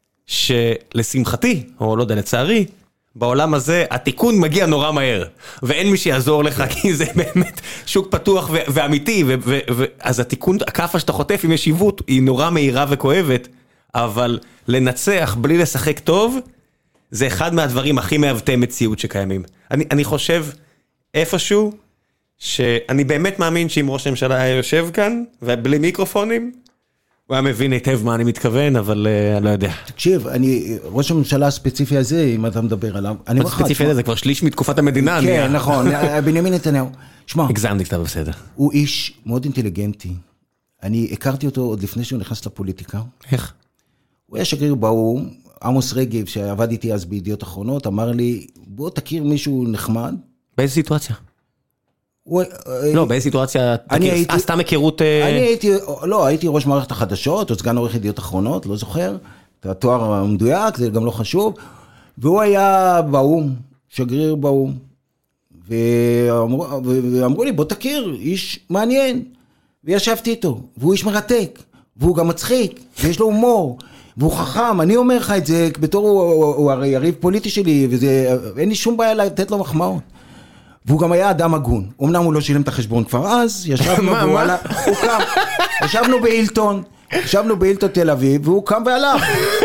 שלשמחתי, או לא יודע, לצערי, בעולם הזה התיקון מגיע נורא מהר, ואין מי שיעזור לך, כי זה באמת שוק פתוח ואמיתי, אז התיקון, הכאפה שאתה חוטף עם ישיבות, היא נורא מהירה וכואבת, אבל לנצח בלי לשחק טוב, זה אחד מהדברים הכי מעוותי מציאות שקיימים. אני חושב איפשהו, שאני באמת מאמין שאם ראש הממשלה היה יושב כאן, ובלי מיקרופונים, הוא היה מבין היטב מה אני מתכוון, אבל אני לא יודע. תקשיב, ראש הממשלה הספציפי הזה, אם אתה מדבר עליו, הספציפי הזה, זה כבר שליש מתקופת המדינה. כן, נכון, בנימין נתניהו. שמע, הגזמתי כתב בסדר. הוא איש מאוד אינטליגנטי. אני הכרתי אותו עוד לפני שהוא נכנס לפוליטיקה. איך? הוא היה שגריר באו"ם, עמוס רגב, שעבד איתי אז בידיעות אחרונות, אמר לי, בוא תכיר מישהו נחמד. באיזה סיטואציה? לא, באיזה סיטואציה, סתם היכרות... הייתי ראש מערכת החדשות, או סגן עורך ידיעות אחרונות, לא זוכר, את התואר המדויק, זה גם לא חשוב, והוא היה באו"ם, שגריר באו"ם, ואמרו לי, בוא תכיר, איש מעניין, וישבתי איתו, והוא איש מרתק, והוא גם מצחיק, ויש לו הומור, והוא חכם, אני אומר לך את זה, בתור הוא הרי יריב פוליטי שלי, ואין לי שום בעיה לתת לו מחמאות. והוא גם היה אדם הגון. אמנם הוא לא שילם את החשבון כבר אז, ישבנו, הוא קם, ישבנו באילטון תל אביב, והוא קם והלך.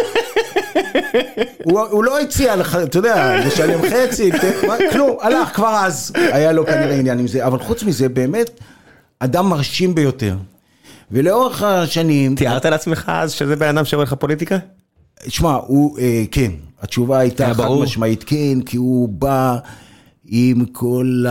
הוא לא הציע לך, אתה יודע, לשלם חצי, כלום, הלך כבר אז. היה לו כנראה עניין עם זה, אבל חוץ מזה, באמת, אדם מרשים ביותר. ולאורך השנים... תיארת על עצמך אז שזה בן אדם שרואה לך פוליטיקה? שמע, כן, התשובה הייתה חד משמעית כן, כי הוא בא... עם כל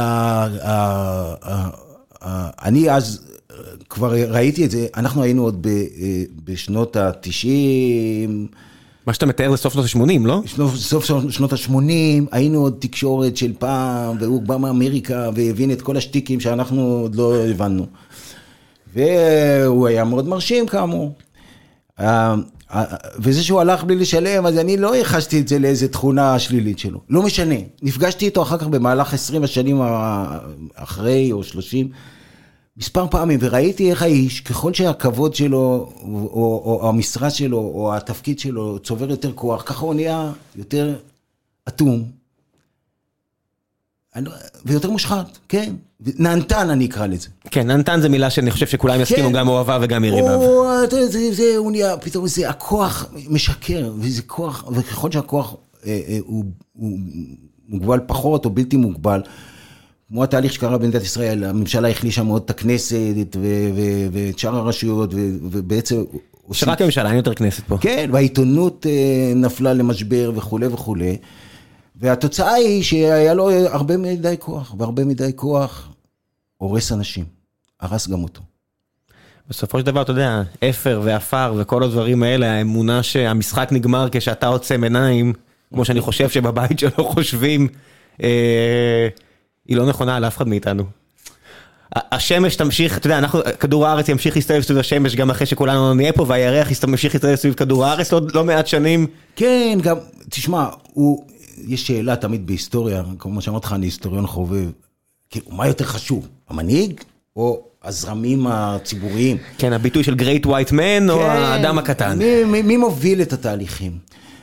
אני אז כבר ראיתי את זה, אנחנו היינו עוד בשנות ה-90. מה שאתה מתאר לסוף שנות ה-80, לא? סוף שנות ה-80, היינו עוד תקשורת של פעם, והוא בא מאמריקה והבין את כל השטיקים שאנחנו עוד לא הבנו. והוא היה מאוד מרשים כאמור. וזה שהוא הלך בלי לשלם, אז אני לא יחשתי את זה לאיזו תכונה שלילית שלו. לא משנה. נפגשתי איתו אחר כך במהלך 20 השנים אחרי או 30, מספר פעמים, וראיתי איך האיש, ככל שהכבוד שלו, או המשרה שלו, או התפקיד שלו, צובר יותר כוח, ככה הוא נהיה יותר אטום, ויותר מושחת, כן. נענתן אני אקרא לזה. כן, נענתן זה מילה שאני חושב שכולם יסכימו, גם אוהביו וגם יריביו. הוא נהיה, פתאום זה הכוח משקר, וזה כוח, וככל שהכוח הוא מוגבל פחות או בלתי מוגבל, כמו התהליך שקרה במדינת ישראל, הממשלה החלישה מאוד את הכנסת ואת שאר הרשויות, ובעצם... שרק הממשלה, אין יותר כנסת פה. כן, והעיתונות נפלה למשבר וכו' וכו'. והתוצאה היא שהיה לו הרבה מדי כוח, והרבה מדי כוח הורס אנשים, הרס גם אותו. בסופו של דבר, אתה יודע, אפר ואפר וכל הדברים האלה, האמונה שהמשחק נגמר כשאתה עוצם עיניים, כמו שאני חושב שבבית שלו חושבים, היא לא נכונה על אף אחד מאיתנו. השמש תמשיך, אתה יודע, כדור הארץ ימשיך להסתובב סביב השמש גם אחרי שכולנו נהיה פה, והירח ימשיך להסתובב סביב כדור הארץ לא מעט שנים. כן, גם, תשמע, יש שאלה תמיד בהיסטוריה, כמו שאמרת לך, אני היסטוריון חובב, מה יותר חשוב, המנהיג או הזרמים הציבוריים? כן, הביטוי של Great White Man או האדם הקטן. מי מוביל את התהליכים?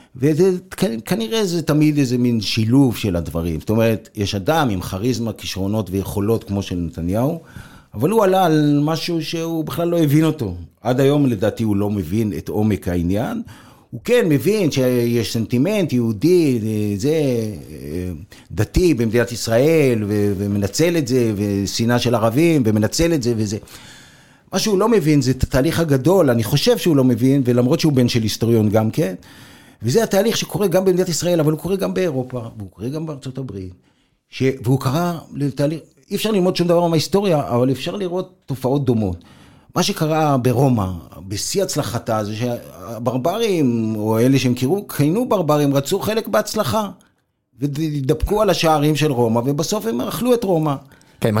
וכנראה זה תמיד איזה מין שילוב של הדברים. זאת אומרת, יש אדם עם כריזמה, כישרונות ויכולות כמו של נתניהו, אבל הוא עלה על משהו שהוא בכלל לא הבין אותו. עד היום לדעתי הוא לא מבין את עומק העניין. הוא כן מבין שיש סנטימנט יהודי, זה דתי במדינת ישראל, ומנצל את זה, ושנאה של ערבים, ומנצל את זה וזה. מה שהוא לא מבין זה את התהליך הגדול, אני חושב שהוא לא מבין, ולמרות שהוא בן של היסטוריון גם כן, וזה התהליך שקורה גם במדינת ישראל, אבל הוא קורה גם באירופה, והוא קורה גם בארצות הברית, והוא קרה לתהליך, אי אפשר ללמוד שום דבר מההיסטוריה, אבל אפשר לראות תופעות דומות. מה שקרה ברומא, בשיא הצלחתה, זה שהברברים, או אלה שהם כינו ברברים, רצו חלק בהצלחה, ודפקו על השערים של רומא, ובסוף הם אכלו את רומא. כן,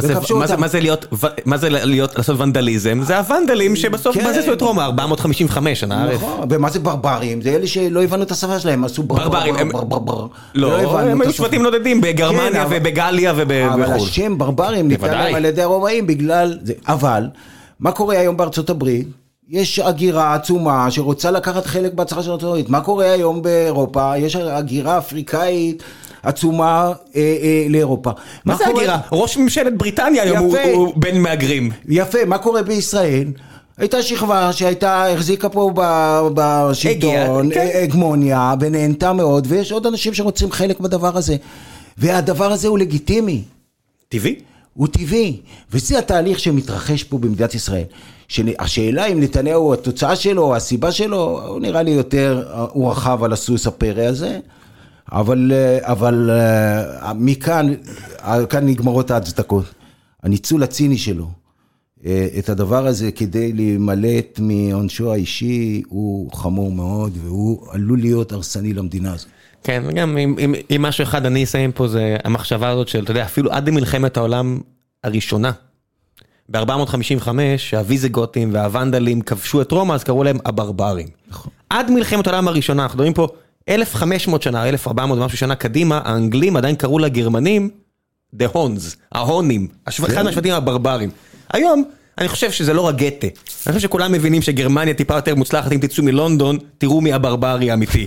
מה זה לעשות ונדליזם? זה הוונדלים שבסוף בזזו את רומא, 455 שנה הארץ. נכון, ומה זה ברברים? זה אלה שלא הבנו את השפה שלהם, עשו ברברים. לא, הם היו שבטים נודדים בגרמניה ובגליה ובחול. אבל השם ברברים ניתן להם על ידי הרומאים בגלל זה. אבל, מה קורה היום בארצות הברית? יש הגירה עצומה שרוצה לקחת חלק בהצלחה של ארצות הברית. מה קורה היום באירופה? יש הגירה אפריקאית עצומה לאירופה. מה זה הגירה? ראש ממשלת בריטניה היום הוא בן מהגרים. יפה, מה קורה בישראל? הייתה שכבה שהייתה, החזיקה פה בשלטון, הגמוניה, ונהנתה מאוד, ויש עוד אנשים שרוצים חלק בדבר הזה. והדבר הזה הוא לגיטימי. טבעי? הוא טבעי. וזה התהליך שמתרחש פה במדינת ישראל. השאלה אם נתניהו, התוצאה שלו, הסיבה שלו, הוא נראה לי יותר, הוא רחב על הסוס הפרא הזה. אבל מכאן, כאן נגמרות ההצדקות. הניצול הציני שלו, את הדבר הזה כדי להימלט מעונשו האישי, הוא חמור מאוד, והוא עלול להיות הרסני למדינה הזאת. כן, וגם אם משהו אחד אני אסיים פה, זה המחשבה הזאת של, אתה יודע, אפילו עד למלחמת העולם הראשונה, ב-455, שהוויזיגותים והוונדלים כבשו את רומא, אז קראו להם הברברים. נכון. עד מלחמת העולם הראשונה, אנחנו מדברים פה, 1500 שנה, 1400 ומשהו שנה קדימה, האנגלים עדיין קראו לגרמנים The Huns, ההונים, אחד מהשבטים הברברים. היום, אני חושב שזה לא רק גתה. אני חושב שכולם מבינים שגרמניה טיפה יותר מוצלחת, אם תצאו מלונדון, תראו מי הברברי האמיתי.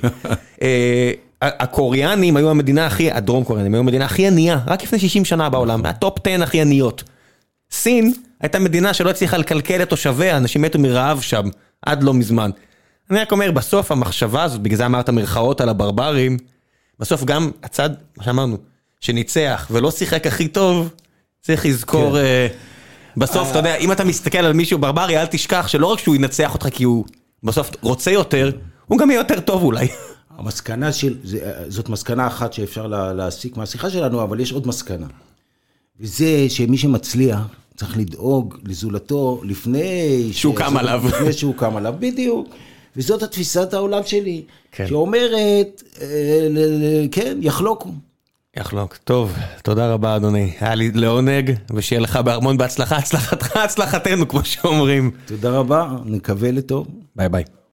הקוריאנים היו המדינה הכי, הדרום קוריאנים היו המדינה הכי ענייה, רק לפני 60 שנה בעולם, הטופ 10 הכי עניות. סין הייתה מדינה שלא הצליחה לקלקל את תושביה, אנשים מתו מרעב שם, עד לא מזמן. אני רק אומר, בסוף המחשבה הזאת, בגלל זה אמרת מרכאות על הברברים, בסוף גם הצד, מה שאמרנו, שניצח ולא שיחק הכי טוב, צריך לזכור, בסוף, אתה יודע, אם אתה מסתכל על מישהו ברברי, אל תשכח שלא רק שהוא ינצח אותך כי הוא בסוף רוצה יותר, הוא גם יהיה יותר טוב אולי. המסקנה זאת מסקנה אחת שאפשר להסיק מהשיחה שלנו, אבל יש עוד מסקנה. וזה שמי שמצליח, צריך לדאוג לזולתו לפני שהוא קם עליו. לפני שהוא קם עליו, בדיוק. וזאת התפיסת העולם שלי, שאומרת, כן, יחלוקו. יחלוק. טוב, תודה רבה אדוני. היה לי לעונג, ושיהיה לך בהרמון בהצלחה, הצלחתך, הצלחתנו, כמו שאומרים. תודה רבה, נקווה לטוב. ביי ביי.